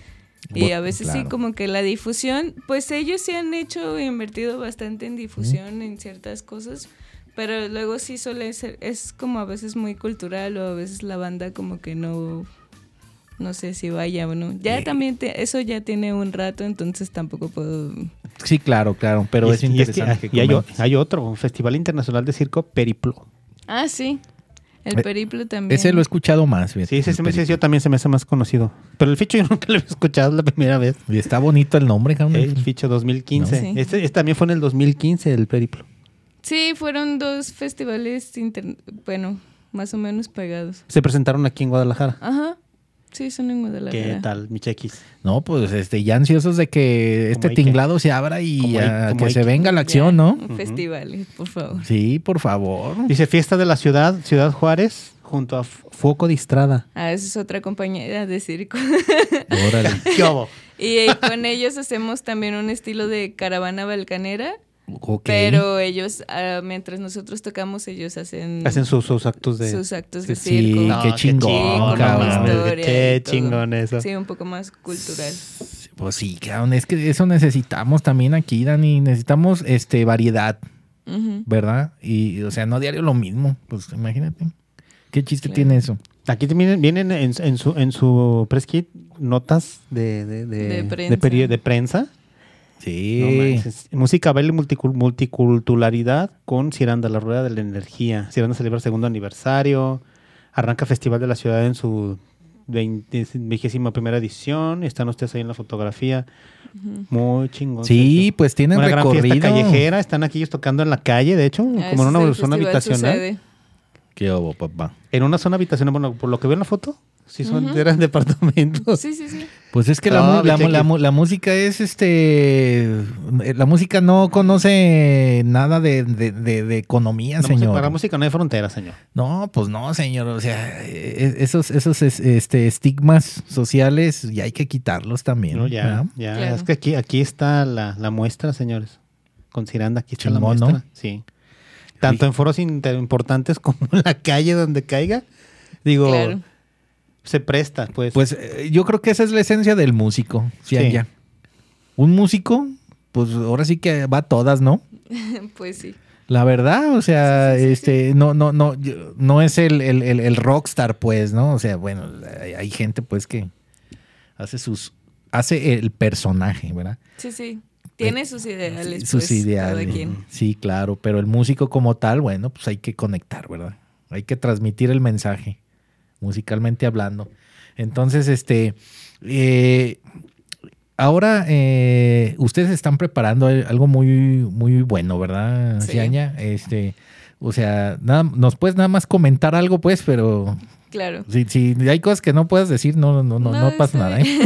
Y a veces sí Claro. como que la difusión, pues ellos sí han hecho, invertido bastante en difusión en ciertas cosas, pero luego sí suele ser, es como a veces muy cultural o a veces la banda como que no, no sé si vaya o no. Ya Eh. también, te- eso ya tiene un rato, entonces tampoco puedo... Sí, claro, claro, pero Y es, y interesante que, que y hay, o- comentes. hay otro, un Festival Internacional de Circo, Periplo. Ah, sí, el Eh, periplo también. Ese lo he escuchado más. fíjate, Sí, ese, el se me- ese periplo. yo también se me hace más conocido. Pero el Ficho yo nunca lo había escuchado, es la primera vez. Y está bonito el nombre, cabrón. El Ficho dos mil quince. No. Sí. Este, este también fue en el dos mil quince, el Periplo. Sí, fueron dos festivales, inter- bueno, más o menos pegados. Se presentaron aquí en Guadalajara. Ajá, sí, son en Guadalajara. ¿Qué tal, mi chequis? No, pues este, ya ansiosos de que este hay que- tinglado se abra y como hay- ah, como que hay se que- venga la Ya, acción, ¿no? Un festival, por favor. Sí, por favor. Dice Fiesta de la Ciudad, Ciudad Juárez, junto a F- Foco de Estrada. Ah, esa es otra compañía de circo. Órale. ¿Qué hubo? Y eh, con ellos hacemos también un estilo de caravana balcanera, Ok. pero ellos, ah, mientras nosotros tocamos, ellos hacen, Hacen sus, sus actos de... sus actos Sí, de sí, circo. No, qué chingón, Sí, con cabrón. una historia Qué y todo. chingón eso. Sí, un poco más cultural. Pues sí, cabrón, es que eso necesitamos también aquí, Dani. Necesitamos este variedad, Ujú. ¿verdad? Y, o sea, no diario lo mismo. Pues imagínate. ¿Qué chiste Claro. tiene eso? Aquí vienen, vienen en, en su, en su press kit notas de, de, de, De de prensa. peri- de prensa Sí. No manches. Música, baile y multicul- multiculturalidad con Ciranda, la rueda de la energía. Ciranda celebra el segundo aniversario. Arranca Festival de la Ciudad en su vigésima primera edición. Están ustedes ahí en la fotografía. Uh-huh. Muy chingón. Sí, pues tienen una recorrido. Gran fiesta callejera. Están aquí ellos tocando en la calle, de hecho, ah, como en una zona habitacional. Sucede. ¿Qué hubo, papá? En una zona habitacional, bueno, por lo que veo en la foto, sí son, uh-huh. eran departamentos. Sí, sí, sí. Pues es que la, no, la, la, la, la música es este. La música no conoce nada de, de, de, de economía, la señor. Música, para la música no hay fronteras, señor. No, pues no, señor. O sea, esos, esos este, estigmas sociales ya hay que quitarlos también. No, ya, ¿verdad? ya. Claro. Es que aquí, aquí está la, la muestra, señores. Con Ciranda, aquí está Chingón, la muestra. ¿no? Sí. Tanto en foros inter- importantes como en la calle donde caiga. Digo, claro. se presta, pues. Pues eh, yo creo que esa es la esencia del músico. Sí. Ya. Un músico, pues ahora sí que va a todas, ¿no? Pues sí. La verdad, o sea, sí, sí, sí, este, sí. no, no, no, yo, no es el, el, el, el rockstar, pues, ¿no? O sea, bueno, hay, hay gente, pues, que hace sus, hace el personaje, ¿verdad? Sí, sí. Tiene sus ideales. Sí, sus pues, ideales. Cada quien. Sí, claro, pero el músico como tal, bueno, pues hay que conectar, ¿verdad? Hay que transmitir el mensaje, musicalmente hablando. Entonces, este, eh, ahora eh, ustedes están preparando algo muy, muy bueno, ¿verdad, sí. Ciaña? Este, o sea, nada, nos puedes nada más comentar algo, pues, pero claro. Si, si hay cosas que no puedas decir, no, no, no, no, no pasa nada, ¿eh?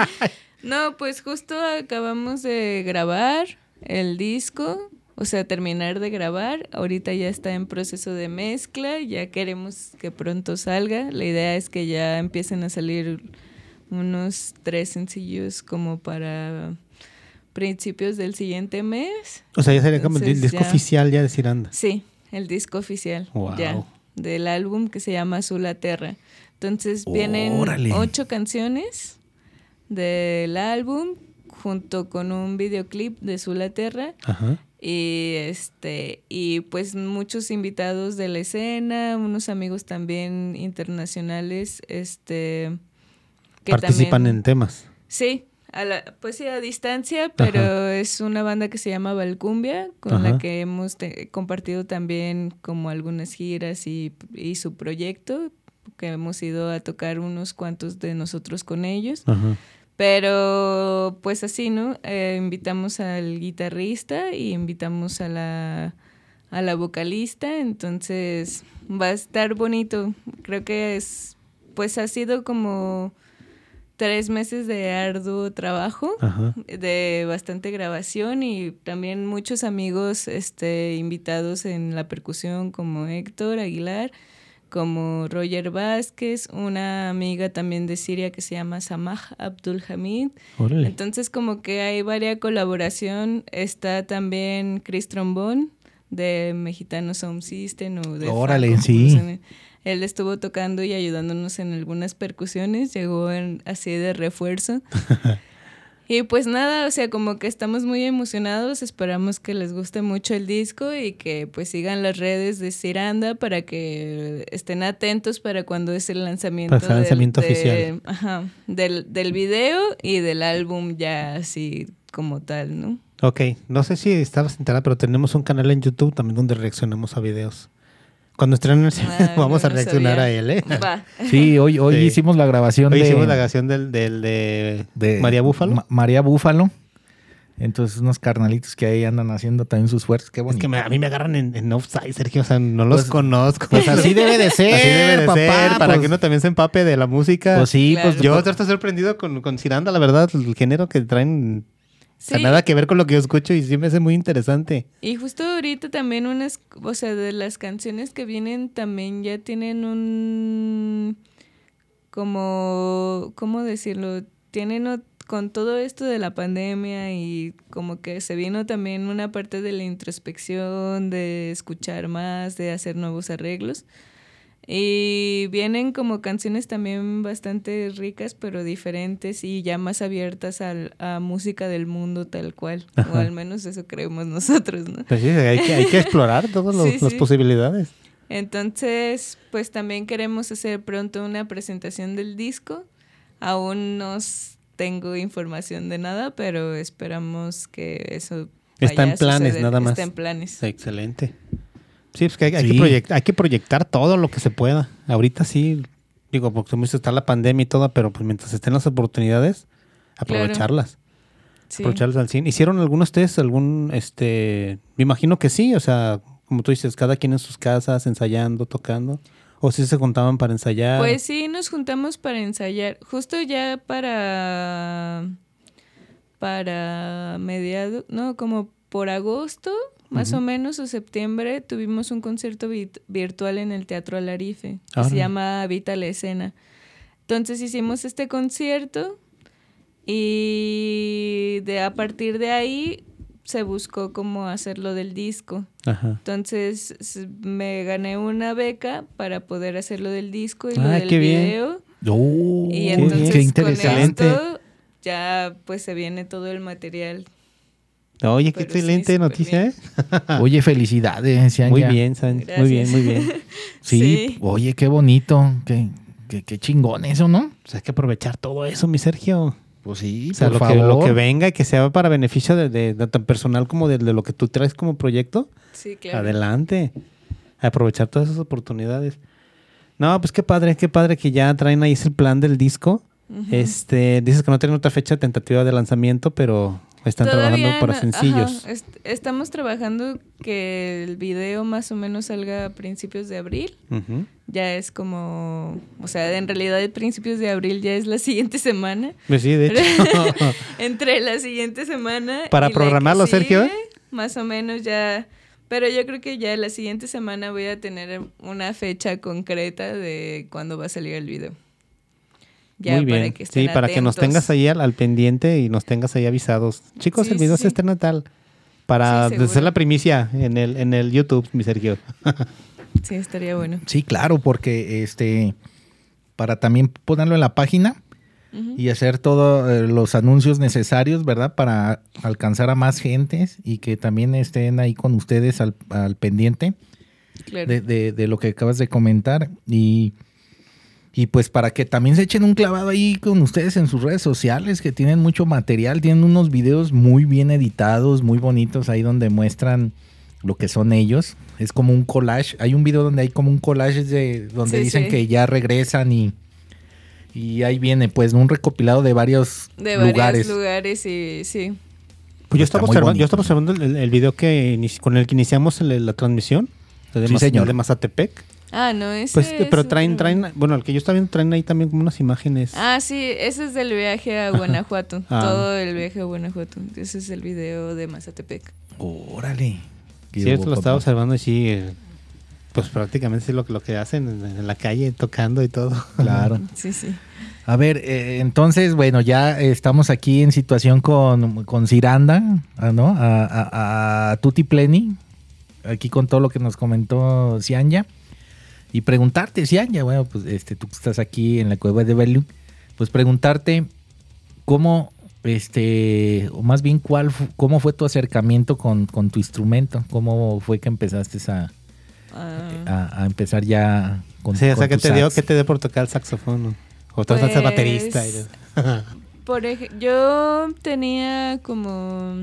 No, pues justo acabamos de grabar el disco, o sea, terminar de grabar. Ahorita ya está en proceso de mezcla, ya queremos que pronto salga. La idea es que ya empiecen a salir unos tres sencillos como para principios del siguiente mes. O sea, ya sería como el Entonces, disco ya... oficial ya de Ciranda. Sí, el disco oficial Wow. ya del álbum que se llama Azul la Terra. Entonces vienen Órale. ocho canciones del álbum junto con un videoclip de Azul la Terra. Ajá. Y este y pues muchos invitados de la escena, unos amigos también internacionales, este que participan también, en temas. Sí, a la, pues sí, a distancia, pero Ajá. es una banda que se llama Valcumbia, con Ajá. la que hemos te, compartido también como algunas giras y, y su proyecto, que hemos ido a tocar unos cuantos de nosotros con ellos. Ajá. Pero pues así, ¿no? Eh, invitamos al guitarrista y invitamos a la, a la vocalista, entonces va a estar bonito. Creo que es, pues ha sido como tres meses de arduo trabajo, Ajá. de bastante grabación y también muchos amigos este, invitados en la percusión como Héctor Aguilar, como Roger Vázquez, una amiga también de Siria que se llama Samah Abdul Hamid. Órale. Entonces como que hay varias colaboración. Está también Chris Trombón de Mexicano Sound System o de Órale, Faco, sí. No sé. Él estuvo tocando y ayudándonos en algunas percusiones, llegó en, así de refuerzo. Y pues nada, o sea, como que estamos muy emocionados, esperamos que les guste mucho el disco y que pues sigan las redes de Ciranda para que estén atentos para cuando es el lanzamiento, para el lanzamiento del, oficial. De, ajá, del, del video y del álbum ya así como tal, ¿no? Ok, no sé si estabas enterada, pero tenemos un canal en YouTube también donde reaccionamos a videos. Cuando estrenen el ah, vamos no, a reaccionar no a él, ¿eh? Va. Sí, hoy, hoy sí. hicimos la grabación hoy de... hicimos la grabación del, del de, de María Búfalo. Ma- María Búfalo. Entonces unos carnalitos que ahí andan haciendo también sus fuerzas. Qué bonito. Es que me, a mí me agarran en, en offside, Sergio. O sea, no los pues, conozco. Pues así debe de ser, así debe de papá, ser, para pues, que uno también se empape de la música. Pues sí, claro. pues... Yo estoy sorprendido con, con Ciranda, la verdad. El género que traen... Sí. O sea, nada que ver con lo que yo escucho y sí me hace muy interesante. Y justo ahorita también unas, o sea, de las canciones que vienen también ya tienen un, como, ¿cómo decirlo? Tienen o, con todo esto de la pandemia y como que se vino también una parte de la introspección, de escuchar más, de hacer nuevos arreglos. Y vienen como canciones también bastante ricas, pero diferentes y ya más abiertas al, a música del mundo tal cual. Ajá. O al menos eso creemos nosotros, ¿no? Pues sí, hay que, hay que explorar todas sí, las sí. posibilidades. Entonces, pues también queremos hacer pronto una presentación del disco. Aún nos tengo información de nada, pero esperamos que eso Está vaya en planes, a suceder. nada más. Está en planes. Excelente. Sí, pues que hay, hay Sí. que proyectar, hay que proyectar todo lo que se pueda. Ahorita sí, digo, porque como dices, está la pandemia y todo, pero pues mientras estén las oportunidades, aprovecharlas. Sí. Aprovecharlas al cien. ¿Hicieron algunos de ustedes algún, este, me imagino que sí, o sea, como tú dices, cada quien en sus casas, ensayando, tocando? ¿O si se juntaban para ensayar? Pues sí, nos juntamos para ensayar. Justo ya para, para mediados, no, como por agosto, más Ujú. o menos, o septiembre, tuvimos un concierto vi- virtual en el Teatro Alarife, que Órale. se llama Habita la Escena. Entonces hicimos este concierto y de a partir de ahí se buscó cómo hacerlo del disco. Ajá. Entonces s- me gané una beca para poder hacerlo del disco y lo Ah, del qué bien. video. Oh, Y qué entonces qué con interesante. esto ya pues se viene todo el material. Oye, qué Pero sí, excelente súper noticia, bien. ¿eh? Oye, felicidades, Cianya. Muy bien, San. Muy bien, muy bien. Sí, Sí. oye, qué bonito. Qué, qué, qué chingón eso, ¿no? Pues hay que aprovechar todo eso, mi Sergio. Pues sí, O sea, por lo que, favor. lo que venga y que sea para beneficio de, de, de tan personal como de, de lo que tú traes como proyecto, Sí, claro. adelante. Aprovechar todas esas oportunidades. No, pues qué padre, qué padre que ya traen ahí ese plan del disco. Ujú. Este, dices que no tienen otra fecha tentativa de lanzamiento, pero están Todavía trabajando para no- sencillos. ajá, est- estamos trabajando que el video más o menos salga a principios de abril. Ujú. Ya es como, o sea, en realidad principios de abril ya es la siguiente semana. Pues sí, de hecho. Entre la siguiente semana Para y la que programarlo, Sergio, sigue, más o menos ya. Pero yo creo que ya la siguiente semana voy a tener una fecha concreta de cuándo va a salir el video. Ya Muy bien. para que estén Sí, para que nos atentos. tengas ahí al, al pendiente y nos tengas ahí avisados. Chicos, Sí, el video sí, se sí. estrena tal. Para Sí, seguro. hacer la primicia en el, en el YouTube, mi Sergio. Sí, estaría bueno. Sí, claro, porque este para también ponerlo en la página Ujú. y hacer todos eh, los anuncios necesarios, ¿verdad? Para alcanzar a más gentes y que también estén ahí con ustedes al, al pendiente Claro. de, de- de lo que acabas de comentar. Y, y pues para que también se echen un clavado ahí con ustedes en sus redes sociales, que tienen mucho material, tienen unos videos muy bien editados, muy bonitos ahí donde muestran lo que son ellos. Es como un collage. Hay un video donde hay como un collage de donde Sí, dicen sí. que ya regresan y, y ahí viene pues un recopilado de varios De lugares. varios lugares y sí. Pues yo Está estaba muy observando, bonito. yo estaba observando el, el video que inici- con el que iniciamos el- la transmisión. De, Sí, Maz- señor. de Mazatepec. Ah, no, ese Pues, eh, es pero traen, otro. traen, bueno, el que yo estaba viendo traen ahí también como unas imágenes. Ah, sí, ese es del viaje a Guanajuato. Ah. Todo el viaje a Guanajuato. Ese es el video de Mazatepec. Órale. Sí, esto lo estaba observando y sí, eh, pues prácticamente sí lo, que- lo que hacen en, en la calle, tocando y todo. Claro. Sí, sí. A ver, eh, entonces, bueno, ya estamos aquí en situación con, con Ciranda, ah, ¿no? A, a, a Tutti Pleni, aquí con todo lo que nos comentó Cianya. Y preguntarte, Cianya, bueno, pues este, tú que estás aquí en la cueva de Bellu, pues preguntarte cómo, este, o más bien cuál, fu- cómo fue tu acercamiento con, con tu instrumento, cómo fue que empezaste a, Ah, a, a empezar ya con, Sí, o con sea, ¿qué tu te dio, sax? qué te dio por tocar el saxofón? ¿No? O tú estás Pues, baterista. Y... por ej- yo tenía como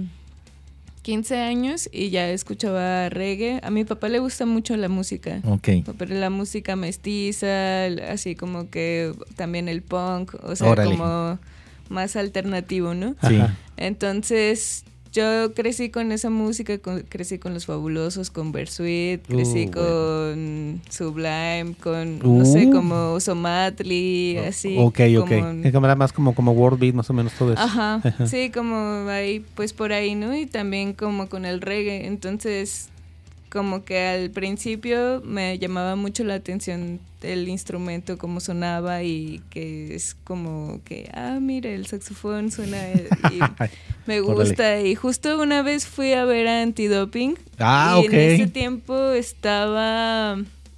quince años y ya escuchaba reggae. A mi papá le gusta mucho la música. Ok. Pero la música mestiza, así como que también el punk, o sea, Órale. como más alternativo, ¿no? Sí. Ajá. Entonces, yo crecí con esa música, con- crecí con Los Fabulosos, con Bersuit, crecí Uh, con Sublime, con, no sé, Uh. como Somatli, así. ok, ok. como- Es como era más como, como World Beat, más o menos todo eso. Ajá, Ajá. sí, como ahí, pues por ahí, ¿no? Y también como con el reggae. Entonces, como que al principio me llamaba mucho la atención el instrumento, cómo sonaba y que es como que, ah, mira, el saxofón suena eh, y me gusta. Y justo una vez fui a ver a Antidoping Ah, y ok. en ese tiempo estaba...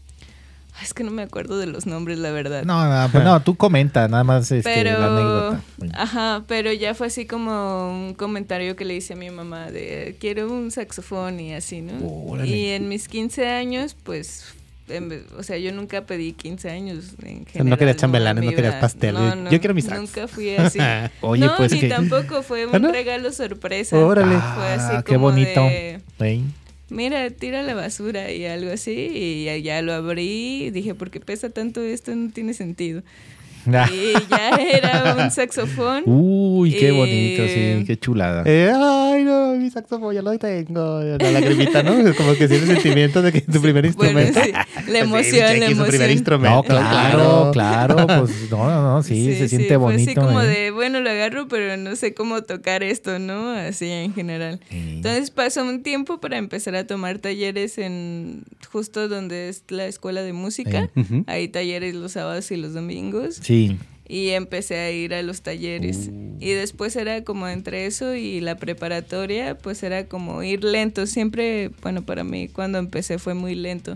Ay, es que no me acuerdo de los nombres, la verdad. No, no, pues no, tú comenta, nada más este, Pero, la anécdota. ajá, pero ya fue así como un comentario que le hice a mi mamá de quiero un saxofón y así, ¿no? Órale. Y en mis quince años, pues en- o sea, yo nunca pedí quince años en O sea, general. no querías en chambelanes, mi no querías vida. pastel. No, Yo- no, yo quiero mi sax. Nunca fui así. Oye, no, pues ni que- tampoco fue un ¿Ah, no? regalo sorpresa. Órale. Fue así Ah, qué como bonito. de, Sí. mira, tira la basura y algo así. Y ya, ya lo abrí y dije, ¿por qué pesa tanto esto? No tiene sentido. Y ya era un saxofón. Uy, qué Y- bonito, sí, qué chulada. Eh, ay, no, mi saxofón ya lo tengo. La lagrimita, ¿no? Es como que sí, el sentimiento de que tu primer Bueno, instrumento. sí, la emoción, Sí, la Chequi, su primer emoción. instrumento. No, claro, claro, pues no, no, no, sí, se siente fue así bonito. como ¿eh? de, bueno, lo agarro, pero no sé cómo tocar esto, ¿no? Así en general. Sí. Entonces pasó un tiempo para empezar a tomar talleres en justo donde es la escuela de música. Ujú. Hay talleres los sábados y los domingos. Sí. Y empecé a ir a los talleres. Uh. Y después era como entre eso y la preparatoria, pues era como ir lento. Siempre, bueno, para mí cuando empecé fue muy lento.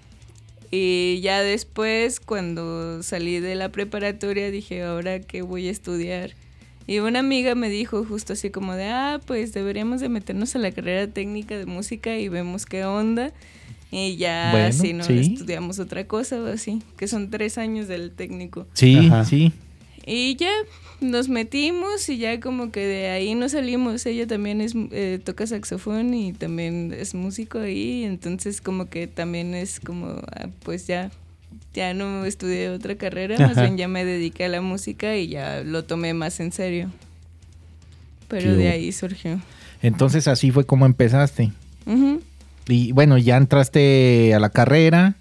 Y ya después, cuando salí de la preparatoria, dije, ¿ahora qué voy a estudiar? Y una amiga me dijo justo así como de, ah, pues deberíamos de meternos a la carrera técnica de música y vemos qué onda. Y ya Bueno, así no sí. estudiamos otra cosa o así, que son tres años del técnico. Sí, Ajá. sí. Y ya nos metimos y ya como que de ahí nos salimos. Ella también es eh, toca saxofón y también es músico ahí, entonces como que también es como, ah, pues ya, ya no estudié otra carrera, más Ajá. bien ya me dediqué a la música y ya lo tomé más en serio. Pero Qué de bu- ahí surgió. Entonces así fue como empezaste. Ujú. Y bueno, ya entraste a la carrera.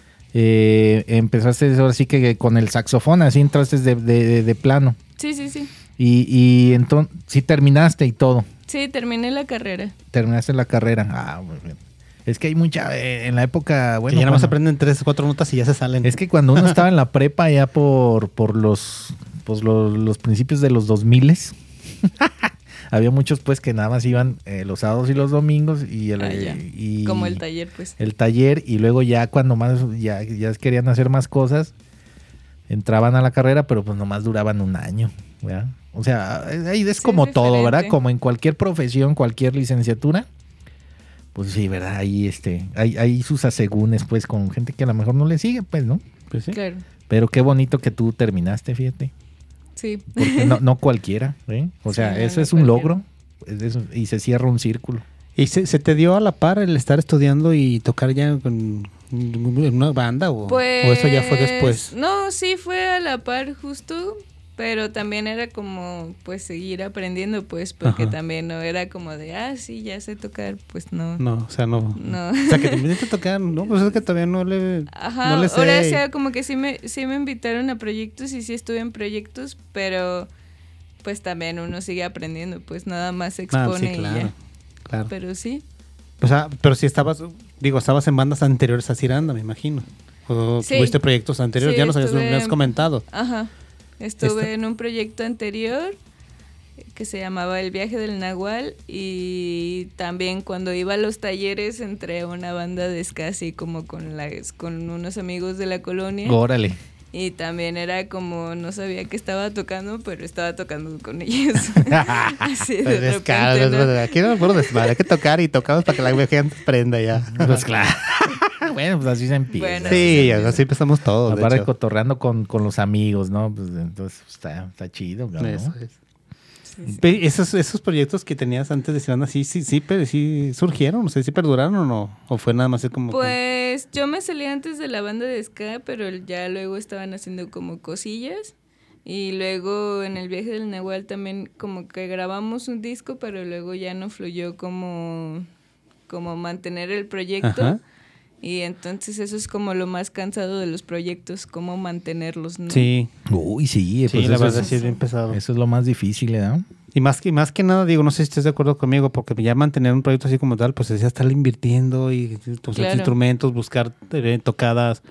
Eh, empezaste ahora sí que con el saxofón, así entraste de, de, de plano. Sí, sí, sí. Y, y entonces sí terminaste y todo. Sí, terminé la carrera. Terminaste la carrera. Ah, muy bien. Es que hay mucha, eh, en la época, bueno, que ya nada más cuando- aprenden tres o cuatro notas y ya se salen. es que cuando uno estaba en la prepa ya por, por los, pues los, los principios de los dos miles, había muchos pues que nada más iban eh, los sábados y los domingos y el, Ah, ya. y- Como el taller, pues. el taller, y luego ya cuando más ya, ya querían hacer más cosas, entraban a la carrera, pero pues nomás duraban un año, ¿verdad? O sea, ahí es Sí, como es todo, ¿verdad? diferente. Como en cualquier profesión, cualquier licenciatura. Pues sí, ¿verdad? Ahí este, hay, hay sus asegúnes, pues, con gente que a lo mejor no le sigue, pues, ¿no? Pues sí. Claro, Pero qué bonito que tú terminaste, fíjate. sí. Porque no, no cualquiera, ¿eh? O sea, Sí, no, eso no es un cualquiera. logro. Es- es- y se cierra un círculo. ¿Y se, se te dio a la par el estar estudiando y tocar ya con, en una banda o, Pues, o eso ya fue después? No, sí fue a la par justo, pero también era como pues seguir aprendiendo, pues, porque Ajá. también no era como de, ah, sí, ya sé tocar, pues no. No, o sea, no. No. O sea, que te inviten a tocar, no, pues es que todavía no le, Ajá, no le sé. ahora o sea, como que sí me, sí me invitaron a proyectos y sí estuve en proyectos, pero pues también uno sigue aprendiendo, pues nada más se Ah, expone sí, y claro, ya. claro. Pero sí. O sea, pero si estabas, digo, estabas en bandas anteriores a Ciranda, me imagino. O Sí. tuviste proyectos anteriores, Sí, ya nos habías, estuve- me habías comentado. Ajá. Estuve Esta- en un proyecto anterior que se llamaba El Viaje del Nahual y también cuando iba a los talleres entré a una banda de ska así como con las con unos amigos de la colonia Órale. y también era como no sabía que estaba tocando pero estaba tocando con ellos. Así de Pues repente, es caro, es ¿no? verdad. Aquí no me puedo desmadre, hay que tocar y tocamos para que la gente prenda ya. Pues claro. Bueno, pues así se empieza. Bueno, Sí, así empezamos todos. de Aparte hecho. cotorreando con, con los amigos, ¿no? Pues entonces está, está chido, ¿no? Eso es. Pe- Esos, esos proyectos que tenías antes de Ciranda, sí, sí, sí, pero sí surgieron, no sé si perduraron o no, o fue nada más como... que- Pues yo me salí antes de la banda de ska, pero ya luego estaban haciendo como cosillas. Y luego en el Viaje del Nahual también como que grabamos un disco, pero luego ya no fluyó como, como mantener el proyecto. Ajá. Y entonces eso es como lo más cansado de los proyectos, cómo mantenerlos, ¿no? Sí, Uy, sí, sí, pues la eso, verdad es, sí es bien pesado. eso es lo más difícil, ¿no? Y más que, más que nada, digo, no sé si estás de acuerdo conmigo, porque ya mantener un proyecto así como tal, pues es ya estar invirtiendo y tus Claro. instrumentos, buscar eh, tocadas.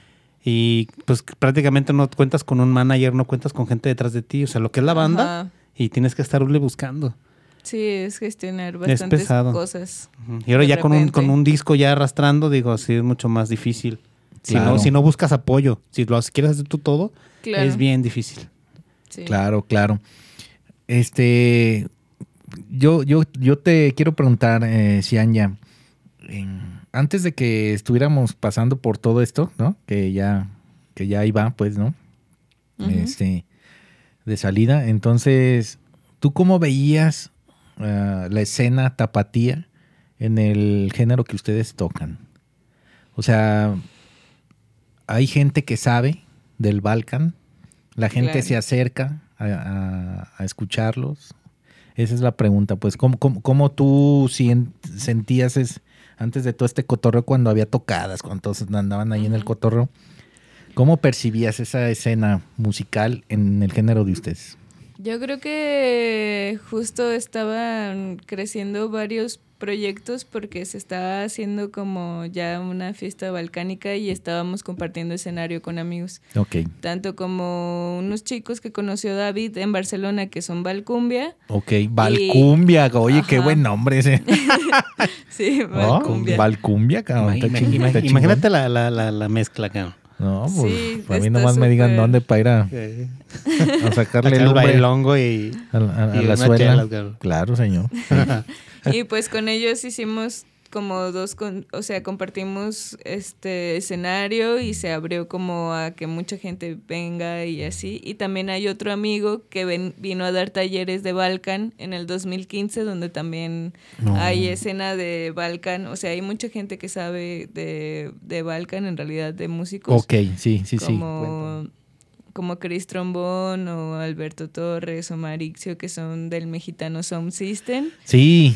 Y pues prácticamente no cuentas con un manager, no cuentas con gente detrás de ti. O sea, lo que es la banda, Ajá. y tienes que estarle buscando. Sí, es gestionar bastantes pesado. cosas. Ujú. Y ahora De ya con un, repente. con un disco ya arrastrando, digo, sí es mucho más difícil. Si, Claro. no, si no buscas apoyo, si lo quieres hacer tú todo, Claro. es bien difícil. Sí. Claro, claro. Este, yo, yo, yo te quiero preguntar, eh, Cianya, en- antes de que estuviéramos pasando por todo esto, ¿no? Que ya, que ya iba, pues, ¿no? Uh-huh. Este, de salida. Entonces, ¿tú cómo veías uh, la escena tapatía en el género que ustedes tocan? O sea, hay gente que sabe del Balkan, la gente claro. se acerca a, a, a escucharlos. Esa es la pregunta, pues, ¿cómo, cómo, cómo tú sentías es, antes de todo este cotorreo cuando había tocadas, cuando todos andaban ahí uh-huh. en el cotorreo? ¿Cómo percibías esa escena musical en el género de ustedes? Yo creo que justo estaban creciendo varios proyectos porque se estaba haciendo como ya una fiesta balcánica y estábamos compartiendo escenario con amigos. Ok. Tanto como unos chicos que conoció David en Barcelona que son Valcumbia. Ok, Valcumbia, y... oye, Ajá. qué buen nombre ese. Sí, Valcumbia. Oh, Valcumbia, cabrón. Imagínate, imagínate, imagínate la, la, la, la mezcla, cabrón. No, pues sí, a mí nomás super... me digan dónde para ir a, sí. a sacarle el bailongo y a, a, a y la suela. Chela, claro. Claro, señor. Y pues con ellos hicimos como dos, con, o sea, compartimos este escenario y se abrió como a que mucha gente venga y así. Y también hay otro amigo que ven, vino a dar talleres de Balkan en el dos mil quince, donde también no. hay escena de Balkan. O sea, hay mucha gente que sabe de, de Balkan, en realidad, de músicos. Ok, sí, sí, como, sí. Como Chris Trombón o Alberto Torres o Marixio, que son del Mexicano Sound System. Sí.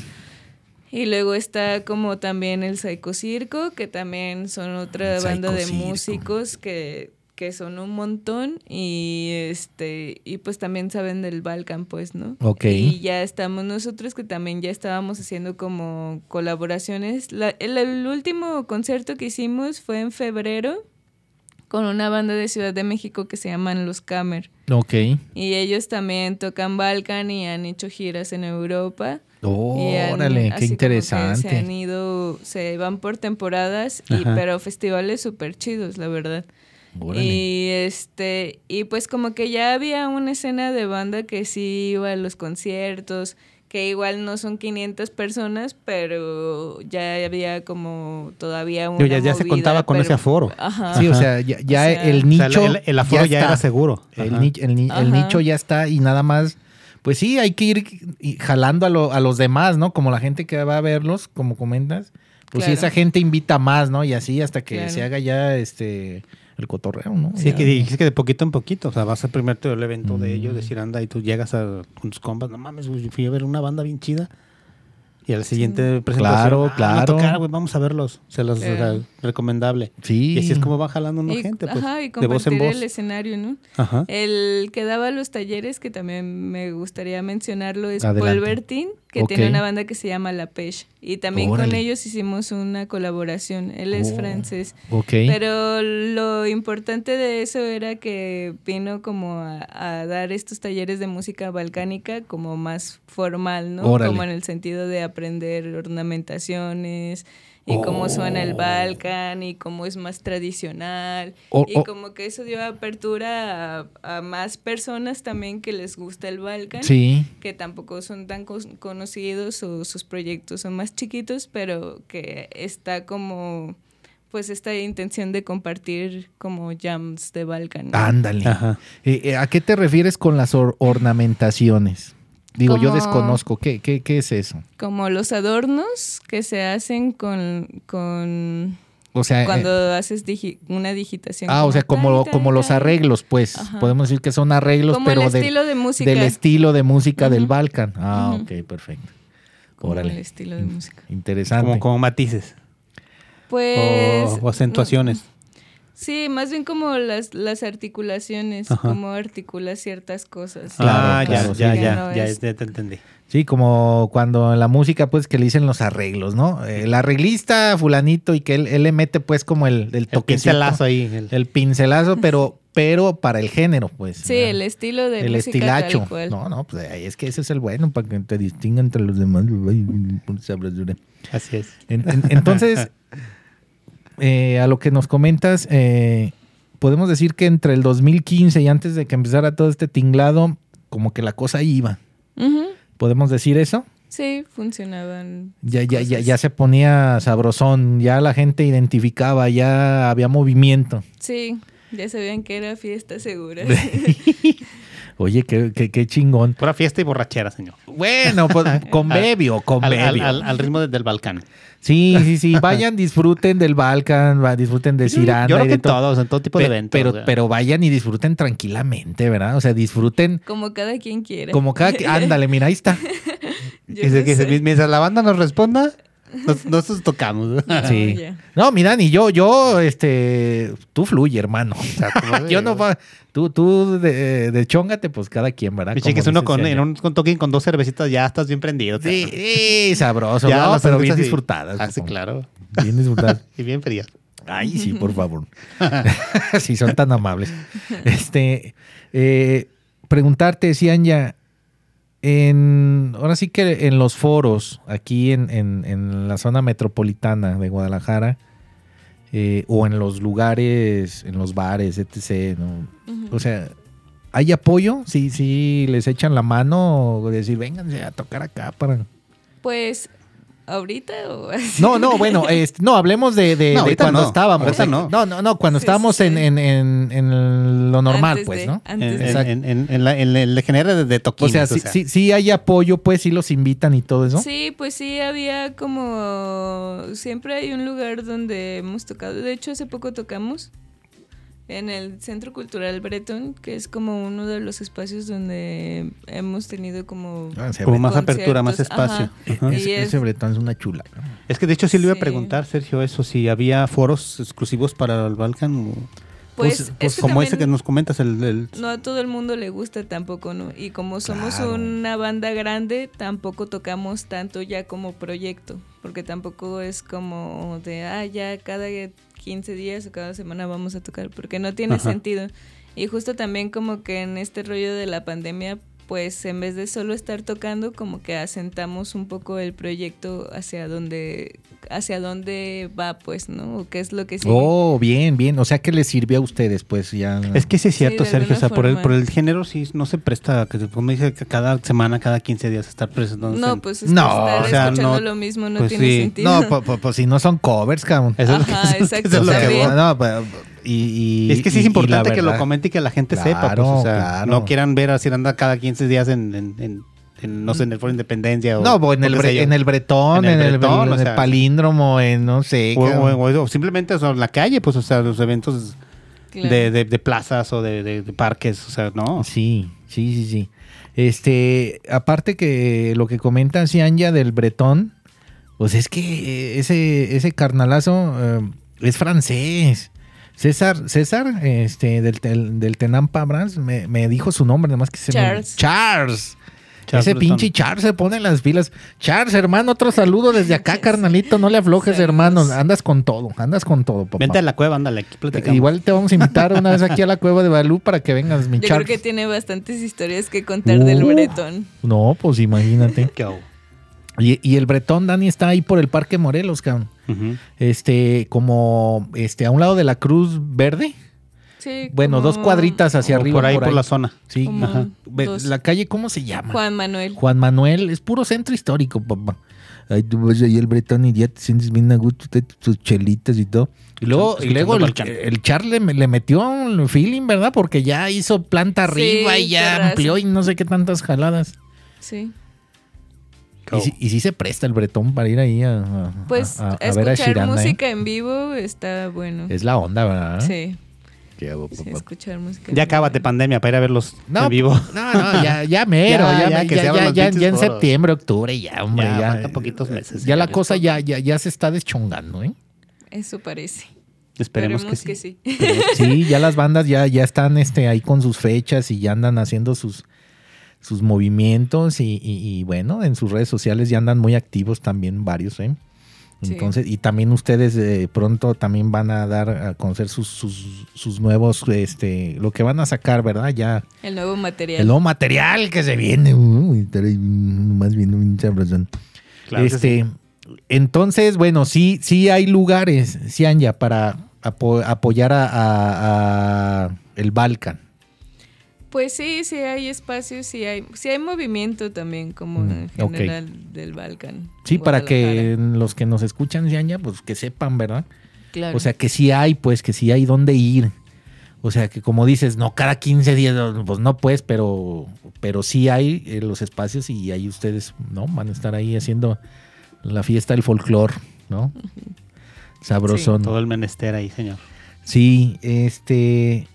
Y luego está como también el Psycho Circo, que también son otra el banda de Circo. músicos que, que son un montón y este y pues también saben del Balkan, pues, ¿no? Ok. Y ya estamos nosotros que también ya estábamos haciendo como colaboraciones. La, el, el último concierto que hicimos fue en febrero con una banda de Ciudad de México que se llaman Los Camer. Ok. Y ellos también tocan Balkan y han hecho giras en Europa. Oh, y han, órale, qué interesante. Se han ido, se van por temporadas, y, pero festivales súper chidos, la verdad. Órale. Y este, y pues como que ya había una escena de banda que sí iba a los conciertos, que igual no son quinientas personas, pero ya había como todavía una ya, ya movida, se contaba con pero, ese aforo. Ajá. Sí, o sea, ya, ya o sea, el nicho... O sea, el, el aforo ya, ya era seguro. El, ni, el, ni, el nicho ya está y nada más... Pues sí, hay que ir jalando a, lo, a los demás, ¿no? Como la gente que va a verlos, como comentas. Pues claro. sí, esa gente invita más, ¿no? Y así hasta que claro. se haga ya este el cotorreo, ¿no? Sí, ya. que dices que de poquito en poquito. O sea, vas a primero el evento mm. de ellos, decir, anda, y tú llegas a, con tus compas. No mames, güey, fui a ver una banda bien chida. Y al siguiente sí. presentación, claro, ah, claro. a tocar, güey, vamos a verlos. Se los eh. o sea, recomendable. Sí. Y así es como va jalando una y, gente, pues, ajá, y de voz en voz. el escenario, ¿no? Ajá. El que daba los talleres, que también me gustaría mencionarlo, es Adelante. Paul Bertin, que okay. tiene una banda que se llama La Pêche. Y también Órale. con ellos hicimos una colaboración. Él es oh. francés. Okay. Pero lo importante de eso era que vino como a, a dar estos talleres de música balcánica como más formal, ¿no? Órale. Como en el sentido de aprender ornamentaciones y oh. cómo suena el Balkan y cómo es más tradicional oh, y oh. como que eso dio apertura a, a más personas también que les gusta el Balkan, sí. que tampoco son tan co- conocidos o sus proyectos son más chiquitos, pero que está como pues esta intención de compartir como jams de Balkan, ¿no? Ándale. Ajá. Eh, ¿A qué te refieres con las or- ornamentaciones? Digo, como, yo desconozco. ¿Qué, qué, ¿Qué es eso? Como los adornos que se hacen con... con o sea, cuando eh, haces digi- una digitación. Ah, o sea, como, tal, como tal, los arreglos, pues. Ajá. Podemos decir que son arreglos, como pero el del, estilo de música. del estilo de música uh-huh. del Balkan. Ah, uh-huh. ok, perfecto. Como Órale. el estilo de música. Interesante. Como, como matices. Pues... O, o acentuaciones. Sí, más bien como las, las articulaciones, Ajá. como articula ciertas cosas. Claro, ah, claro, ya, sí, ya, no ya, es... ya te entendí. Sí, como cuando en la música, pues, que le dicen los arreglos, ¿no? El arreglista fulanito y que él, él le mete, pues, como el, el toquecito. El pincelazo ahí. El, el pincelazo, pero, pero para el género, pues. Sí, ¿verdad? El estilo de el música estilacho. tal cual. No, no, pues es que ese es el bueno, para que te distinga entre los demás. Así es. En, en, entonces, eh, a lo que nos comentas, eh, podemos decir que entre el dos mil quince y antes de que empezara todo este tinglado, como que la cosa iba. Uh-huh. ¿Podemos decir eso? Sí, funcionaban. Ya, ya, ya, cosas. ya se ponía sabrosón, ya la gente identificaba, ya había movimiento. Sí, ya sabían que era fiesta segura. Oye, qué, qué, qué chingón. Pura fiesta y borrachera, señor. Bueno, pues convivio, Al, convivio. al, al, al ritmo de- del Balcán. Sí, sí, sí. Vayan, disfruten del Balkan, va, disfruten de Ciranda. Yo creo y que de en todos, en todo tipo de Pe- eventos. Pero, o sea. pero vayan y disfruten tranquilamente, ¿verdad? O sea, disfruten Como cada quien quiera. como cada... que- Ándale, mira, ahí está. Yo Que se- no que se- sé. mientras la banda nos responda, nos- nosotros tocamos. No, Sí. ya. No, mira, ni yo, yo, este... Tú fluye, hermano. O sea, como Yo no... va- Tú, tú, de, de chóngate, pues cada quien, ¿verdad? Mi Como chique, es uno dice con, Celia. en un con toque con dos cervecitas ya estás bien prendido. Sí, sí, sabroso, Ya ¿no? las Pero bien cervezas sí. disfrutadas. Ah, sí, supongo. claro. Bien disfrutadas. Y bien frías. Ay, sí, por favor. Si son tan amables. Este, eh, preguntarte, decían ya, en, ahora sí que en los foros, aquí en, en- en la zona metropolitana de Guadalajara, eh, o en los lugares, en los bares, etcétera, ¿no? O sea, ¿hay apoyo? Sí, sí, les echan la mano o decir, vénganse a tocar acá para... Pues, ¿ahorita o así? No, no, bueno, este, no, hablemos de, de- No, de ahorita cuando no, estábamos. ahorita eh, no. no, no, no, cuando Sí, estábamos sí, en, sí. en, en, en lo normal, Antes pues, de- ¿no? Antes En, de- Exacto. en, en, en la, en el degenere de, de O toquines. sea, sí, sí, sí hay apoyo, pues, sí los invitan y todo eso. Sí, pues sí, había como... Siempre hay un lugar donde hemos tocado. De hecho, hace poco tocamos en el Centro Cultural Bretón, que es como uno de los espacios donde hemos tenido como... Ah, ese Como Bretón- más apertura, más conciertos, espacio. ajá. Ajá. Y ese, es- ese Bretón es una chula. Es que de hecho sí le iba a Sí. preguntar, Sergio, eso, si había foros exclusivos para el Balkan. o- Pues, Pues- es pues que como también ese que nos comentas, el... el- no a todo el mundo le gusta tampoco, ¿no? Y como somos Claro. una banda grande, tampoco tocamos tanto ya como proyecto, porque tampoco es como de, ah, ya cada quince días o cada semana vamos a tocar, porque no tiene Ajá. sentido. Y justo también como que en este rollo de la pandemia, pues en vez de solo estar tocando, como que asentamos un poco el proyecto hacia donde, hacia dónde va, pues, ¿no? O qué es lo que sigue. Oh, bien, bien. O sea, que les sirvió a ustedes, pues, ya. Es que sí es Sí, cierto, de Sergio, o sea, alguna por el, forma. por el género sí no se presta, a que se- como dice, que cada semana, cada quince días estar presentándose. No, en- pues es No, que estar o sea, escuchando no, lo mismo no pues tiene sí. sentido. No, pues pues, pues, si no son covers, cabrón. Eso es lo que- Ajá, eso es lo que- exacto, eso es lo O que sea, también. voy. no, pues, y, y- Es que sí y- es y importante la que lo verdad- comente y que la gente sepa, pues, Claro, o sea, claro. no quieran ver a Ciranda cada quince días en, en, en- en, no sé, en el Foro Independencia o... No, o en el, o qué sé bre- yo. en el bretón, En en el el, Bretón, en o el sea. palíndromo, en no sé. O, cabrón. o- o- o simplemente o sea, en la calle, pues, o sea, los eventos Claro. de, de, de plazas o de, de- de parques, o sea, no. Sí, sí, sí, sí. Este, aparte que lo que comenta Cianya del bretón, pues es que eh, ese, ese carnalazo eh, es francés. César, César, este, del, del, del Tenampa Brands, me, me dijo su nombre, nada más que se Charles. me... Charles. Charles Ese Bretón. pinche Charles se pone en las pilas. Charles, hermano, otro saludo desde acá, carnalito. No le aflojes, Saludos. hermano. Andas con todo, andas con todo, papá. Vente a la cueva, ándale, aquí platicamos. Igual te vamos a invitar una vez aquí a la cueva de Balú para que vengas, mi Yo creo Charles. que tiene bastantes historias que contar del Uh. bretón. No, pues imagínate. ¿Qué hago? Y, y el bretón, Dani, está ahí por el Parque Morelos, cabrón. Ujú. Este, como este, a un lado de la Cruz Verde. Sí, Bueno, como dos cuadritas hacia O arriba. por ahí, por la zona. Sí, como ajá. Ve, dos. La calle, ¿cómo se llama? Juan Manuel. Juan Manuel, es puro centro histórico, papá. Ay, tú vas ahí el bretón y ya te sientes bien a gusto, te- tus chelitas y todo. Y luego, y Escuchando luego el, Balcán. el Char le, le metió un feeling, ¿verdad? Porque ya hizo planta arriba y ya terraza. amplió y no sé qué tantas jaladas. Sí. Y, sí- y sí se presta el bretón para ir ahí a, a- Pues a- a ver a escuchar Shiranda, ¿eh? música en vivo está bueno. Es la onda, ¿verdad? Sí, Qué hago, sí, papá. escuchar música. Ya en cábate vivo. pandemia para ir a verlos No, en vivo. no, no, ya, ya mero, Ya, ya, ya, ya, que se ya, abran los ya, pinches ya en foros. septiembre, octubre, ya, hombre, Ya, ya. faltan poquitos meses, Ya la señores. cosa ya, ya, ya se está deschongando, ¿eh? Eso parece. Esperemos, Esperemos que sí. que sí. Sí, ya las bandas ya, ya están este, ahí con sus fechas y ya andan haciendo sus, sus movimientos y, y- y, bueno, en sus redes sociales ya andan muy activos también varios, ¿eh? Sí. Entonces, y también ustedes eh, pronto también van a dar a conocer sus, sus, sus nuevos, este, lo que van a sacar, ¿verdad? Ya, El nuevo material. el nuevo material que se viene. Uy, estar ahí, mm, más bien un sabrosón. Claro que este, sí. Entonces, bueno, sí, sí hay lugares, sí, Anya, para apo- apoyar a, a- a el Balkan. Pues sí, sí hay espacios, sí hay, sí hay movimiento también, como Mm, en general del Balcán. Sí, para que Guadalajara. los que nos escuchan ya, ya, pues que sepan, ¿verdad? Claro. O sea, que sí hay, pues, que sí hay dónde ir. O sea, que como dices, no cada quince días, pues no, pues, pero, pero sí hay eh, los espacios y ahí ustedes, ¿no? Van a estar ahí haciendo la fiesta del folclore, ¿no? Sabrosón. Todo el menester ahí, señor. Sí, este...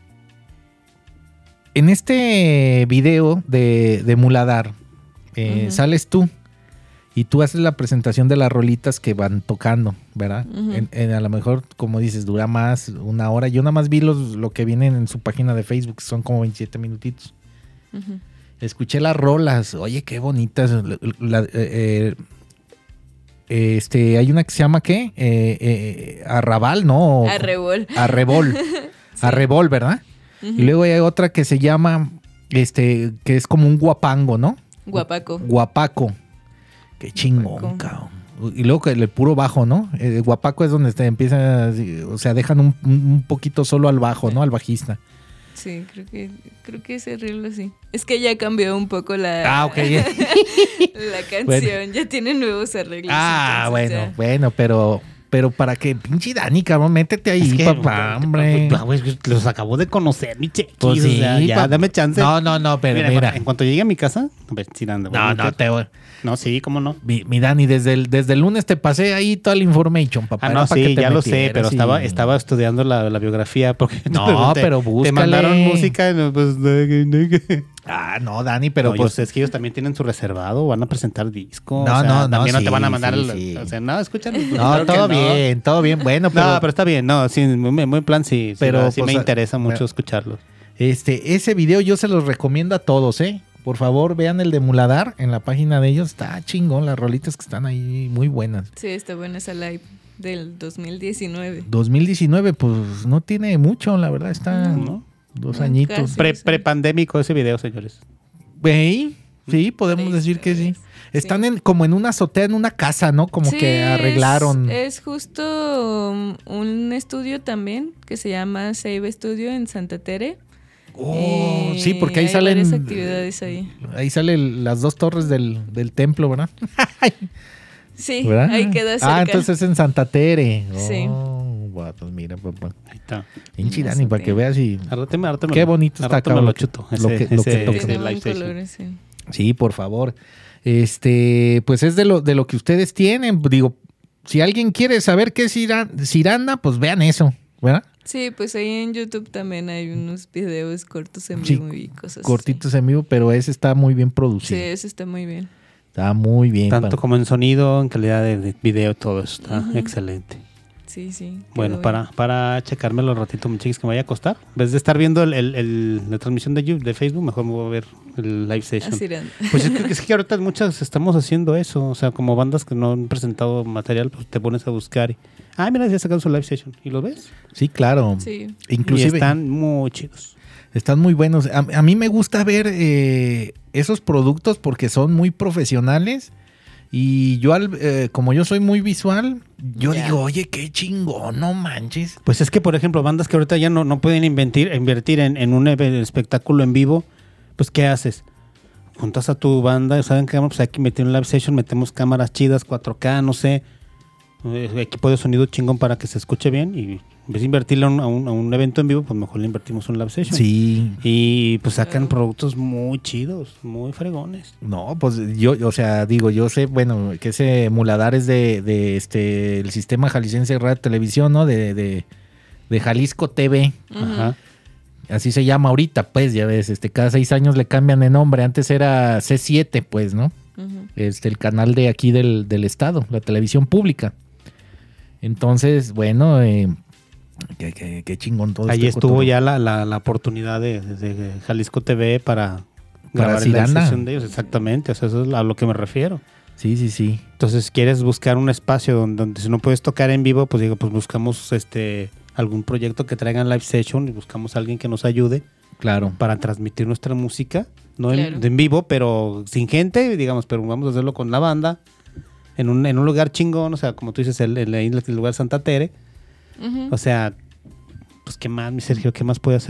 En este video de, de Muladar, eh, Ujú. sales tú y tú haces la presentación de las rolitas que van tocando, ¿verdad? Ujú. En- en- a lo mejor, como dices, dura más, una hora. Yo nada más vi los, lo que vienen en su página de Facebook, que son como veintisiete minutitos. Ujú. Escuché las rolas, oye, qué bonitas. La- la- eh, eh, este, hay una que se llama, ¿qué? Eh, eh, Arrabal, ¿no? Arrebol. Arrebol. Arrebol, ¿verdad? Ujú. Y luego hay otra que se llama, este, que es como un guapango, ¿no? Guapaco. Guapaco. Qué chingón, Guapaco. cabrón. Y luego que el puro bajo, ¿no? El guapaco es donde te empieza, así, o sea, dejan un, un poquito solo al bajo, ¿no? Al bajista. Sí, creo que, creo que ese arreglo sí. Es que ya cambió un poco la, Ah, ok. la canción, Bueno. ya tiene nuevos arreglos. Ah, entonces bueno, ya- bueno, pero, pero para que, pinche Dani, cabrón, métete ahí, Es que, papá, hombre. pues, pues, los acabo de conocer, mi chequis. Pues o sí, sea, ya, pa- dame chance. No, no, no, pero mira, mira. En, cuanto, en cuanto llegue a mi casa, a ver, sí, anda, No, bueno, no, te voy. No, sí, cómo no. Mi, mi Dani, desde el, desde el lunes te pasé ahí toda la information, papá. Ah, Era no, pa' que sí, te ya lo sé, metieras pero y- estaba, estaba estudiando la, la biografía porque No, te- pero Te búscale. mandaron música y no, pues... no, que- Ah, no, Dani, pero no, yo pues... sé, es que ellos también tienen su reservado, van a presentar discos. No, o sea, no, no, también no sí, te van a mandar... sí, el- sí. O sea, no, escúchame. pues, No, claro que todo no. bien, todo bien. Bueno, pero, No, pero está bien, no, sí, muy, muy plan, sí, sí, Pero, va, sí pues, me a- interesa mucho bueno. escucharlos. este, ese video yo se los recomiendo a todos, ¿eh? Por favor, vean el de Muladar en la página de ellos. Está chingón, las rolitas que están ahí muy buenas. Sí, está buena esa live del dos mil diecinueve. dos mil diecinueve, pues no tiene mucho, la verdad, está ¿No? dos No, añitos. casi. Pre, prepandémico ese video, señores. Güey, sí, podemos Sí, decir que sí. sí. Están en, como en una azotea, en una casa, ¿no? Como Sí, que arreglaron. Es, es justo um, un estudio también que se llama Save Studio en Santa Tere. Oh, Y sí, porque ahí hay salen. varias actividades ahí. Ahí salen las dos torres del, del templo, ¿verdad? Sí, ¿Verdad? ahí queda cerca. Ah, entonces es en Santa Tere. Sí. Oh, guau, pues mira, papá. Ahí está. Pinche En Dani, para azotea. que veas y. Al rato me- al rato me Qué lo- bonito al está, rato me cabrón, lo lo que- chuto. lo ese- que- lo que ese- toca. ese Tiene live buen session. color ese. Sí, por favor. Este, pues es de lo, de lo que ustedes tienen. Digo, si alguien quiere saber qué es Cira- Ciranda, pues vean eso, ¿verdad? Sí, pues ahí en YouTube también hay unos videos cortos en Sí, vivo y cosas Cortitos en vivo, pero ese está muy bien así. Sí, producido. ese está muy bien. Está muy bien. Tanto pa- como en sonido, en calidad de, de video, todo eso está Ujú. excelente. Sí, sí. Bueno, quedó para, para checármelo ratito, mi chiquis, que me vaya a acostar. En vez de estar viendo el, el- el- la transmisión de YouTube, de Facebook, mejor me voy a ver el live bien. session. Así eran. Pues es que, es que ahorita muchas estamos haciendo eso. O sea, como bandas que no han presentado material, pues te pones a buscar y... Ah, mira, ya sacaron su live session. ¿Y lo ves? Sí, claro. Sí. Inclusive Y están muy chidos. están muy buenos. A, a mí me gusta ver eh, esos productos porque son muy profesionales. Y yo, al, eh, como yo soy muy visual, yo Ya. digo, oye, qué chingón, no manches. Pues es que, por ejemplo, bandas que ahorita ya no, no pueden inventir, invertir en, en un eve- espectáculo en vivo, pues ¿qué haces? Juntas a tu banda, ¿saben qué? Pues hay que meter un live session, metemos cámaras chidas, cuatro K, no sé, eh, equipo de sonido chingón para que se escuche bien y en vez de invertirle a un, a un, a un evento en vivo, pues mejor le invertimos un live session. Sí. Y pues sacan Claro. productos muy chidos, muy fregones. No, pues yo, o sea, digo, yo sé, bueno, que ese Muladar es de, de este, el sistema jalisciense de radio y televisión, ¿no? De, de, de Jalisco T V. Ajá. Así se llama ahorita, pues, ya ves, este, cada seis años le cambian de nombre. Antes era C siete, pues, ¿no? Ujú. Este, el canal de aquí del, del estado, la televisión pública. Entonces, bueno, eh, qué, qué- qué chingón todo Ahí este estuvo cotorreo. ya la, la, la oportunidad de, de- de Jalisco T V para Para grabar la Ciranda. sesión de ellos. Exactamente, o sea, eso es a lo que me refiero. Sí, sí, sí. Entonces, quieres buscar un espacio donde, donde si no puedes tocar en vivo, pues digo, pues buscamos este algún proyecto que traigan live session y buscamos a alguien que nos ayude Claro. para transmitir nuestra música, no en, Claro. de en vivo, pero sin gente, digamos, pero vamos a hacerlo con la banda en un, en un lugar chingón, o sea, como tú dices, el, el, el, el lugar Santa Tere. Ujú. O sea, pues qué más, mi Sergio, qué más puede hacer un,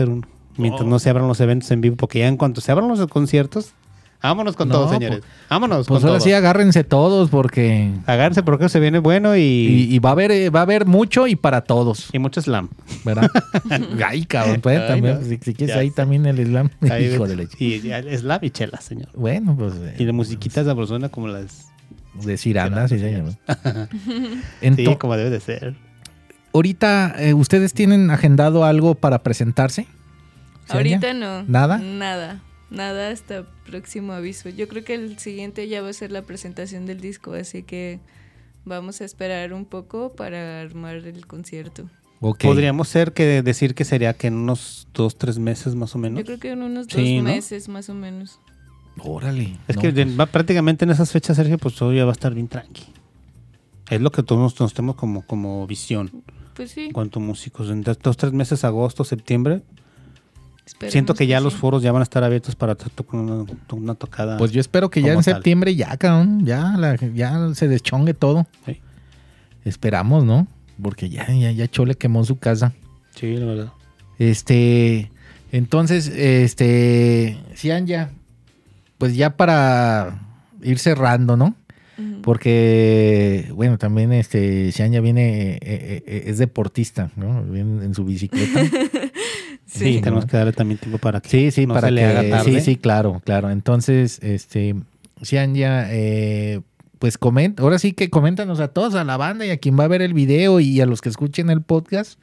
Mientras Oh. no se abran los eventos en vivo, porque ya en cuanto se abran los conciertos, vámonos con No, todo, señores. pues- vámonos Pues con ahora todo. sí agárrense todos porque... Agárrense porque se viene bueno y, Y, y, y va a haber eh, va a haber mucho y para todos, mucho slam. ¿verdad? Ay, cabrón, pues, Ay, también, no. si, si quieres Ya ahí sé. también el slam. Ahí, Hijo de leche. y, y slam y chela, señor. Bueno, pues... eh, Y de musiquitas sabrosona como las... De Ciranda, sí, señor. Sí, Ento- como debe de ser. ahorita, eh, ¿ustedes tienen agendado algo para presentarse? ¿Sí, Ahorita Anya? no. ¿Nada? Nada. Nada hasta próximo aviso. Yo creo que el siguiente ya va a ser la presentación del disco, así que vamos a esperar un poco para armar el concierto. Ok. Podríamos ser que decir que sería que en unos dos, tres meses más o menos. Yo creo que en unos dos Sí, ¿no? meses más o menos. Órale. Es no, que de- pues, va- prácticamente en esas fechas, Sergio, pues todo ya va a estar bien tranqui. Es lo que todos nos tenemos como, como visión Pues sí. en cuanto a músicos. En dos, tres meses, agosto, septiembre, esperemos siento que ya sí. los foros ya van a estar abiertos para to- to- una, to- una tocada. Pues yo espero que ya como en tal. septiembre ya, cabrón, ya, la- ya se deschongue todo. Sí. Esperamos, ¿no? Porque ya, ya, ya Chole quemó su casa. Sí, la verdad. Este, entonces, este, Cian ya, pues ya para ir cerrando, ¿no? Ujú. Porque, bueno, también este, Cian ya viene, eh, eh, eh, es deportista, ¿no? Viene en su bicicleta. Sí, Sí. tenemos que darle también tiempo para que Sí, sí, no para se que le haga tarde. sí, sí, claro, claro. Entonces, este, Cian ya, eh, pues comenta, ahora sí que coméntanos a todos, a la banda y a quien va a ver el video y a los que escuchen el podcast.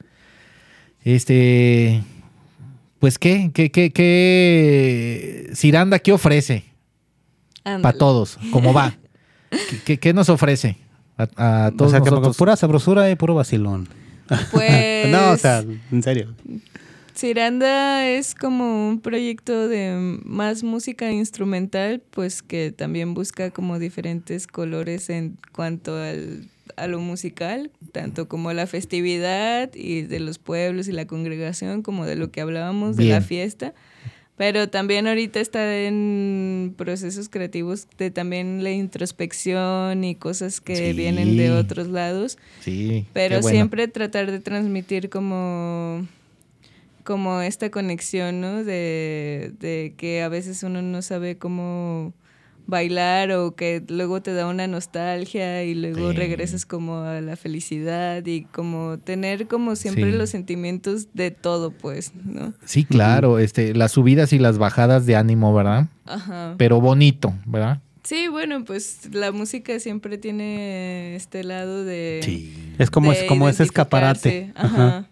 Este, pues qué, qué, qué, qué, Ciranda, ¿qué ofrece Ándale. para todos? ¿Cómo va? ¿Qué, qué, qué nos ofrece a, a todos O sea, que nosotros? pura sabrosura y puro vacilón. Pues No, o sea, en serio. Ciranda es como un proyecto de más música instrumental, pues que también busca como diferentes colores en cuanto al, a lo musical, tanto como la festividad y de los pueblos y la congregación, como de lo que hablábamos de Bien. la fiesta. Pero también ahorita está en procesos creativos de también la introspección y cosas que Sí. vienen de otros lados. Sí, Pero qué bueno. siempre tratar de transmitir como, como esta conexión, ¿no? De, de que a veces uno no sabe cómo bailar o que luego te da una nostalgia y luego Sí. regresas como a la felicidad y como tener como siempre Sí. los sentimientos de todo, pues, ¿no? Sí, claro, este, las subidas y las bajadas de ánimo, ¿verdad? Ajá. Pero bonito, ¿verdad? Sí, bueno, pues la música siempre tiene este lado de... Es como, de es como ese escaparate. identificarse. Ajá.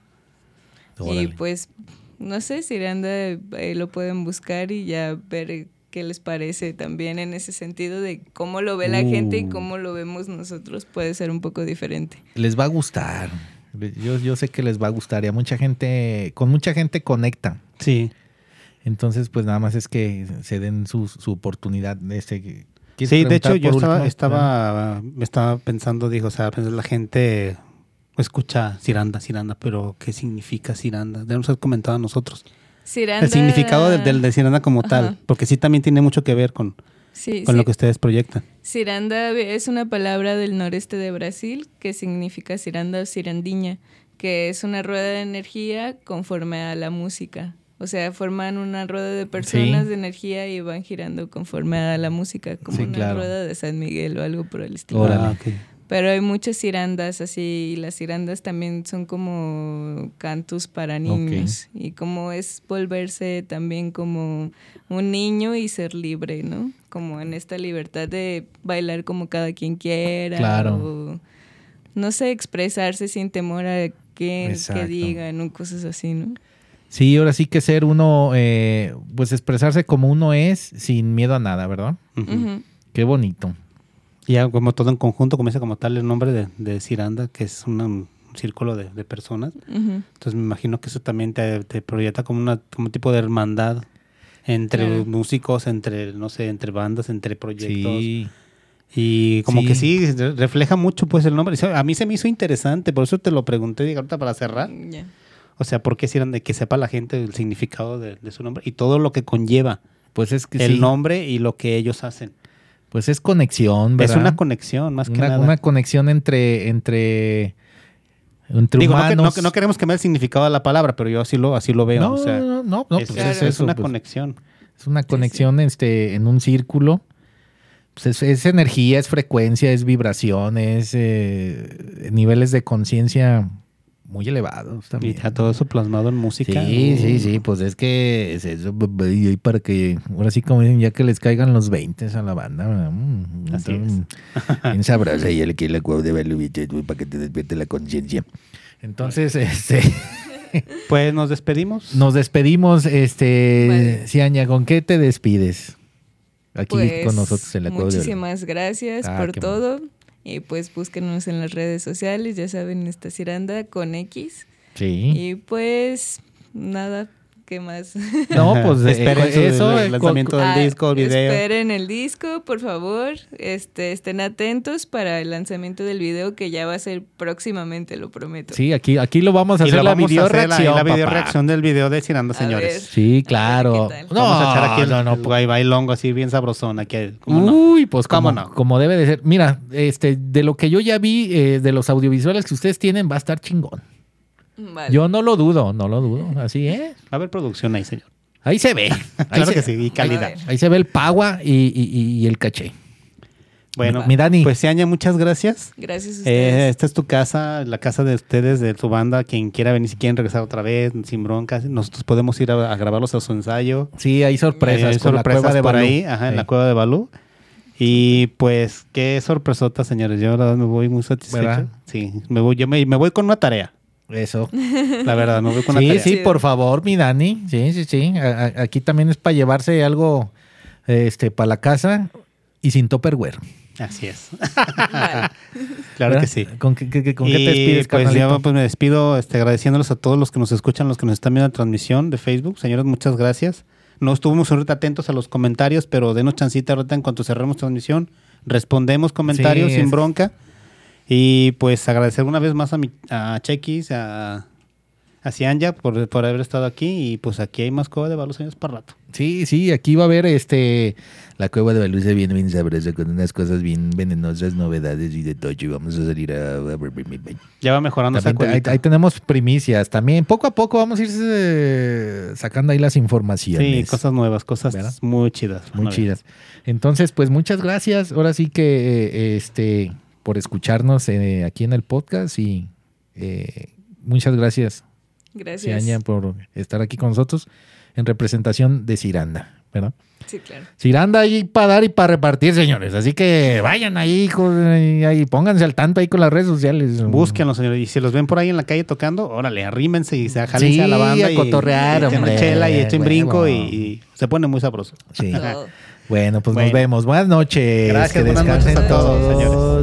Y Órale. pues, no sé, si anda, eh, lo pueden buscar y ya ver qué les parece también en ese sentido de cómo lo ve la Uh. gente y cómo lo vemos nosotros puede ser un poco diferente. Les va a gustar. Yo, yo sé que les va a gustar y a mucha gente, con mucha gente conecta. Sí. Entonces, pues nada más es que se den su, su oportunidad. Este, ¿quieres Sí, de hecho preguntar yo por estaba, último? estaba, me estaba pensando, digo, o sea, pues la gente escucha Ciranda, Ciranda, pero ¿qué significa Ciranda? Debemos haber comentado a nosotros. Ciranda, El significado del, del de Ciranda como Ajá. tal, porque sí también tiene mucho que ver con, sí, con sí. lo que ustedes proyectan. Ciranda es una palabra del noreste de Brasil que significa ciranda o cirandiña, que es una rueda de energía conforme a la música. O sea, forman una rueda de personas Sí. de energía y van girando conforme a la música, como Sí, una claro. rueda de San Miguel o algo por el estilo. Órale. Ah, ok. Pero hay muchas cirandas así, y las cirandas también son como cantos para niños. Y como es volverse también como un niño y ser libre, ¿no? Como en esta libertad de bailar como cada quien quiera. Claro. O, no sé, expresarse sin temor a que, Exacto. que digan o cosas así, ¿no? Sí, ahora sí que ser uno, eh, pues expresarse como uno es sin miedo a nada, ¿verdad? Ujú. Ujú. Qué bonito. Y ya como todo en conjunto, como dice como tal el nombre de, de Ciranda, que es una- un círculo de, de personas. Ujú. Entonces me imagino que eso también te, te proyecta como una como un tipo de hermandad entre Claro. músicos, entre, no sé, entre bandas, entre proyectos. Sí. Y como Sí. que sí, re- refleja mucho pues el nombre. O sea, a mí se me hizo interesante, por eso te lo pregunté digo, ahorita para cerrar. Ya. O sea, ¿por qué Ciranda? Que sepa la gente el significado de, de su nombre y todo lo que conlleva Pues es que el sí. nombre y lo que ellos hacen. Pues es conexión, ¿verdad? Es una conexión, más que una, nada. una conexión entre, entre Entre Digo, no, que- humanos. no, no queremos cambiar el significado de la palabra, pero yo así lo, así lo veo. No, o sea, no, no, no, es, pues es- es es eso, una pues. conexión. Es una conexión este, en un círculo. Pues es, es energía, es frecuencia, es vibración, es eh, niveles de conciencia muy elevados Y también. ya todo eso plasmado en música. Sí, uh, sí, sí, pues es que es eso, y ahí para que, ahora sí como dicen, ya que les caigan los veinte a la banda, ¿verdad? Mm, Así entonces, bien sabrosa y el que le cuau de Balubito, para que te despierte la conciencia. Entonces, este, Pues nos despedimos. nos despedimos, este, Vale. Ciaña, ¿con qué te despides? Aquí Pues, con nosotros en la Cueva de Oro. muchísimas gracias Ah, por qué todo. Y pues búsquenos en las redes sociales, ya saben, esta Ciranda con X. Sí. Y pues nada, ¿qué más? No, pues eh, Esperen su- eso. el eh, lanzamiento del Ah, disco, el video. Esperen el disco, por favor. Este, estén atentos para el lanzamiento del video que ya va a ser próximamente, lo prometo. Sí, aquí, aquí lo vamos a Y hacer lo la vamos a video hacer la, reacción. la video papá. reacción del video de Ciranda, A señores. ver. Sí, claro. A ver qué tal. No, Vamos a echar aquí el, no, no, el guay bailongo así bien sabrosón. Aquí, ¿cómo no? Uy, pues ¿Cómo como, no? como debe de ser. Mira, este, de lo que yo ya vi, eh, de los audiovisuales que ustedes tienen, va a estar chingón. Vale. Yo no lo dudo, no lo dudo. Así, ¿eh? Va a haber producción ahí, señor. Ahí se ve. Ahí Claro se- que sí, y calidad. A ver. Ahí se ve el pagua y, y- y el caché. Bueno, Mi Dani. pues Ciaña, muchas gracias. Gracias a Eh, ustedes. esta es tu casa, la casa de ustedes, de tu banda. Quien quiera venir, si quieren regresar otra vez, sin broncas, nosotros podemos ir a, a grabarlos a su ensayo. Sí, hay sorpresas. Hay con la sorpresas cueva de por Balú. ahí, ajá, en Sí. la cueva de Balú. Y pues, qué sorpresota, señores. Yo la verdad me voy muy satisfecho. ¿Verdad? Sí, me voy, yo me, me voy con una tarea. Eso. La verdad, me voy con una Sí, tarea. sí, Chido. por favor, mi Dani. Sí, sí, sí. A- a- aquí también es para llevarse algo este, para la casa y sin Tupperware. Así es. Vale. Claro ¿Verdad? que sí. ¿Con qué, qué- qué- con qué Y, te despides, pues carnalito? ya pues, me despido este, agradeciéndoles a todos los que nos escuchan, los que nos están viendo en la transmisión de Facebook. Señores, muchas gracias. No estuvimos ahorita atentos a los comentarios, pero denos chancita ahorita en cuanto cerremos transmisión. Respondemos comentarios Sí, sin es- bronca. Y pues agradecer una vez más a, mi, a Chequis, a, a Cianya por, por haber estado aquí. Y pues aquí hay más Cueva de Balú, señores, para rato. Sí, sí, aquí va a haber este la cueva de Balú se viene bien sabrosa con unas cosas bien venenosas, novedades y de todo. Y vamos a salir a... Ya va mejorando esa También, ahí, cuevita. ahí tenemos primicias también. Poco a poco vamos a ir eh, sacando ahí las informaciones. Sí, cosas nuevas, cosas ¿Verdad? muy chidas. Muy Bueno, chidas. Entonces, pues muchas gracias. Ahora sí que eh, este por escucharnos eh, aquí en el podcast y eh, muchas gracias, Gracias. Ciaña, por estar aquí con nosotros en representación de Ciranda, ¿verdad? Sí, claro. Ciranda ahí para dar y para repartir, señores. Así que vayan ahí, con, ahí, pónganse al tanto ahí con las redes sociales. Búsquenlos, señores. Y si los ven por ahí en la calle tocando, órale, arrímense y se jálense Sí, a la banda. a y, cotorrear, y echen hombre. chela y echen Huevo. brinco y, y se pone muy sabroso. Sí. Todo. Bueno, pues Bueno. nos vemos. Buenas noches. Gracias, Que buenas noches descansen a todos, todos. señores.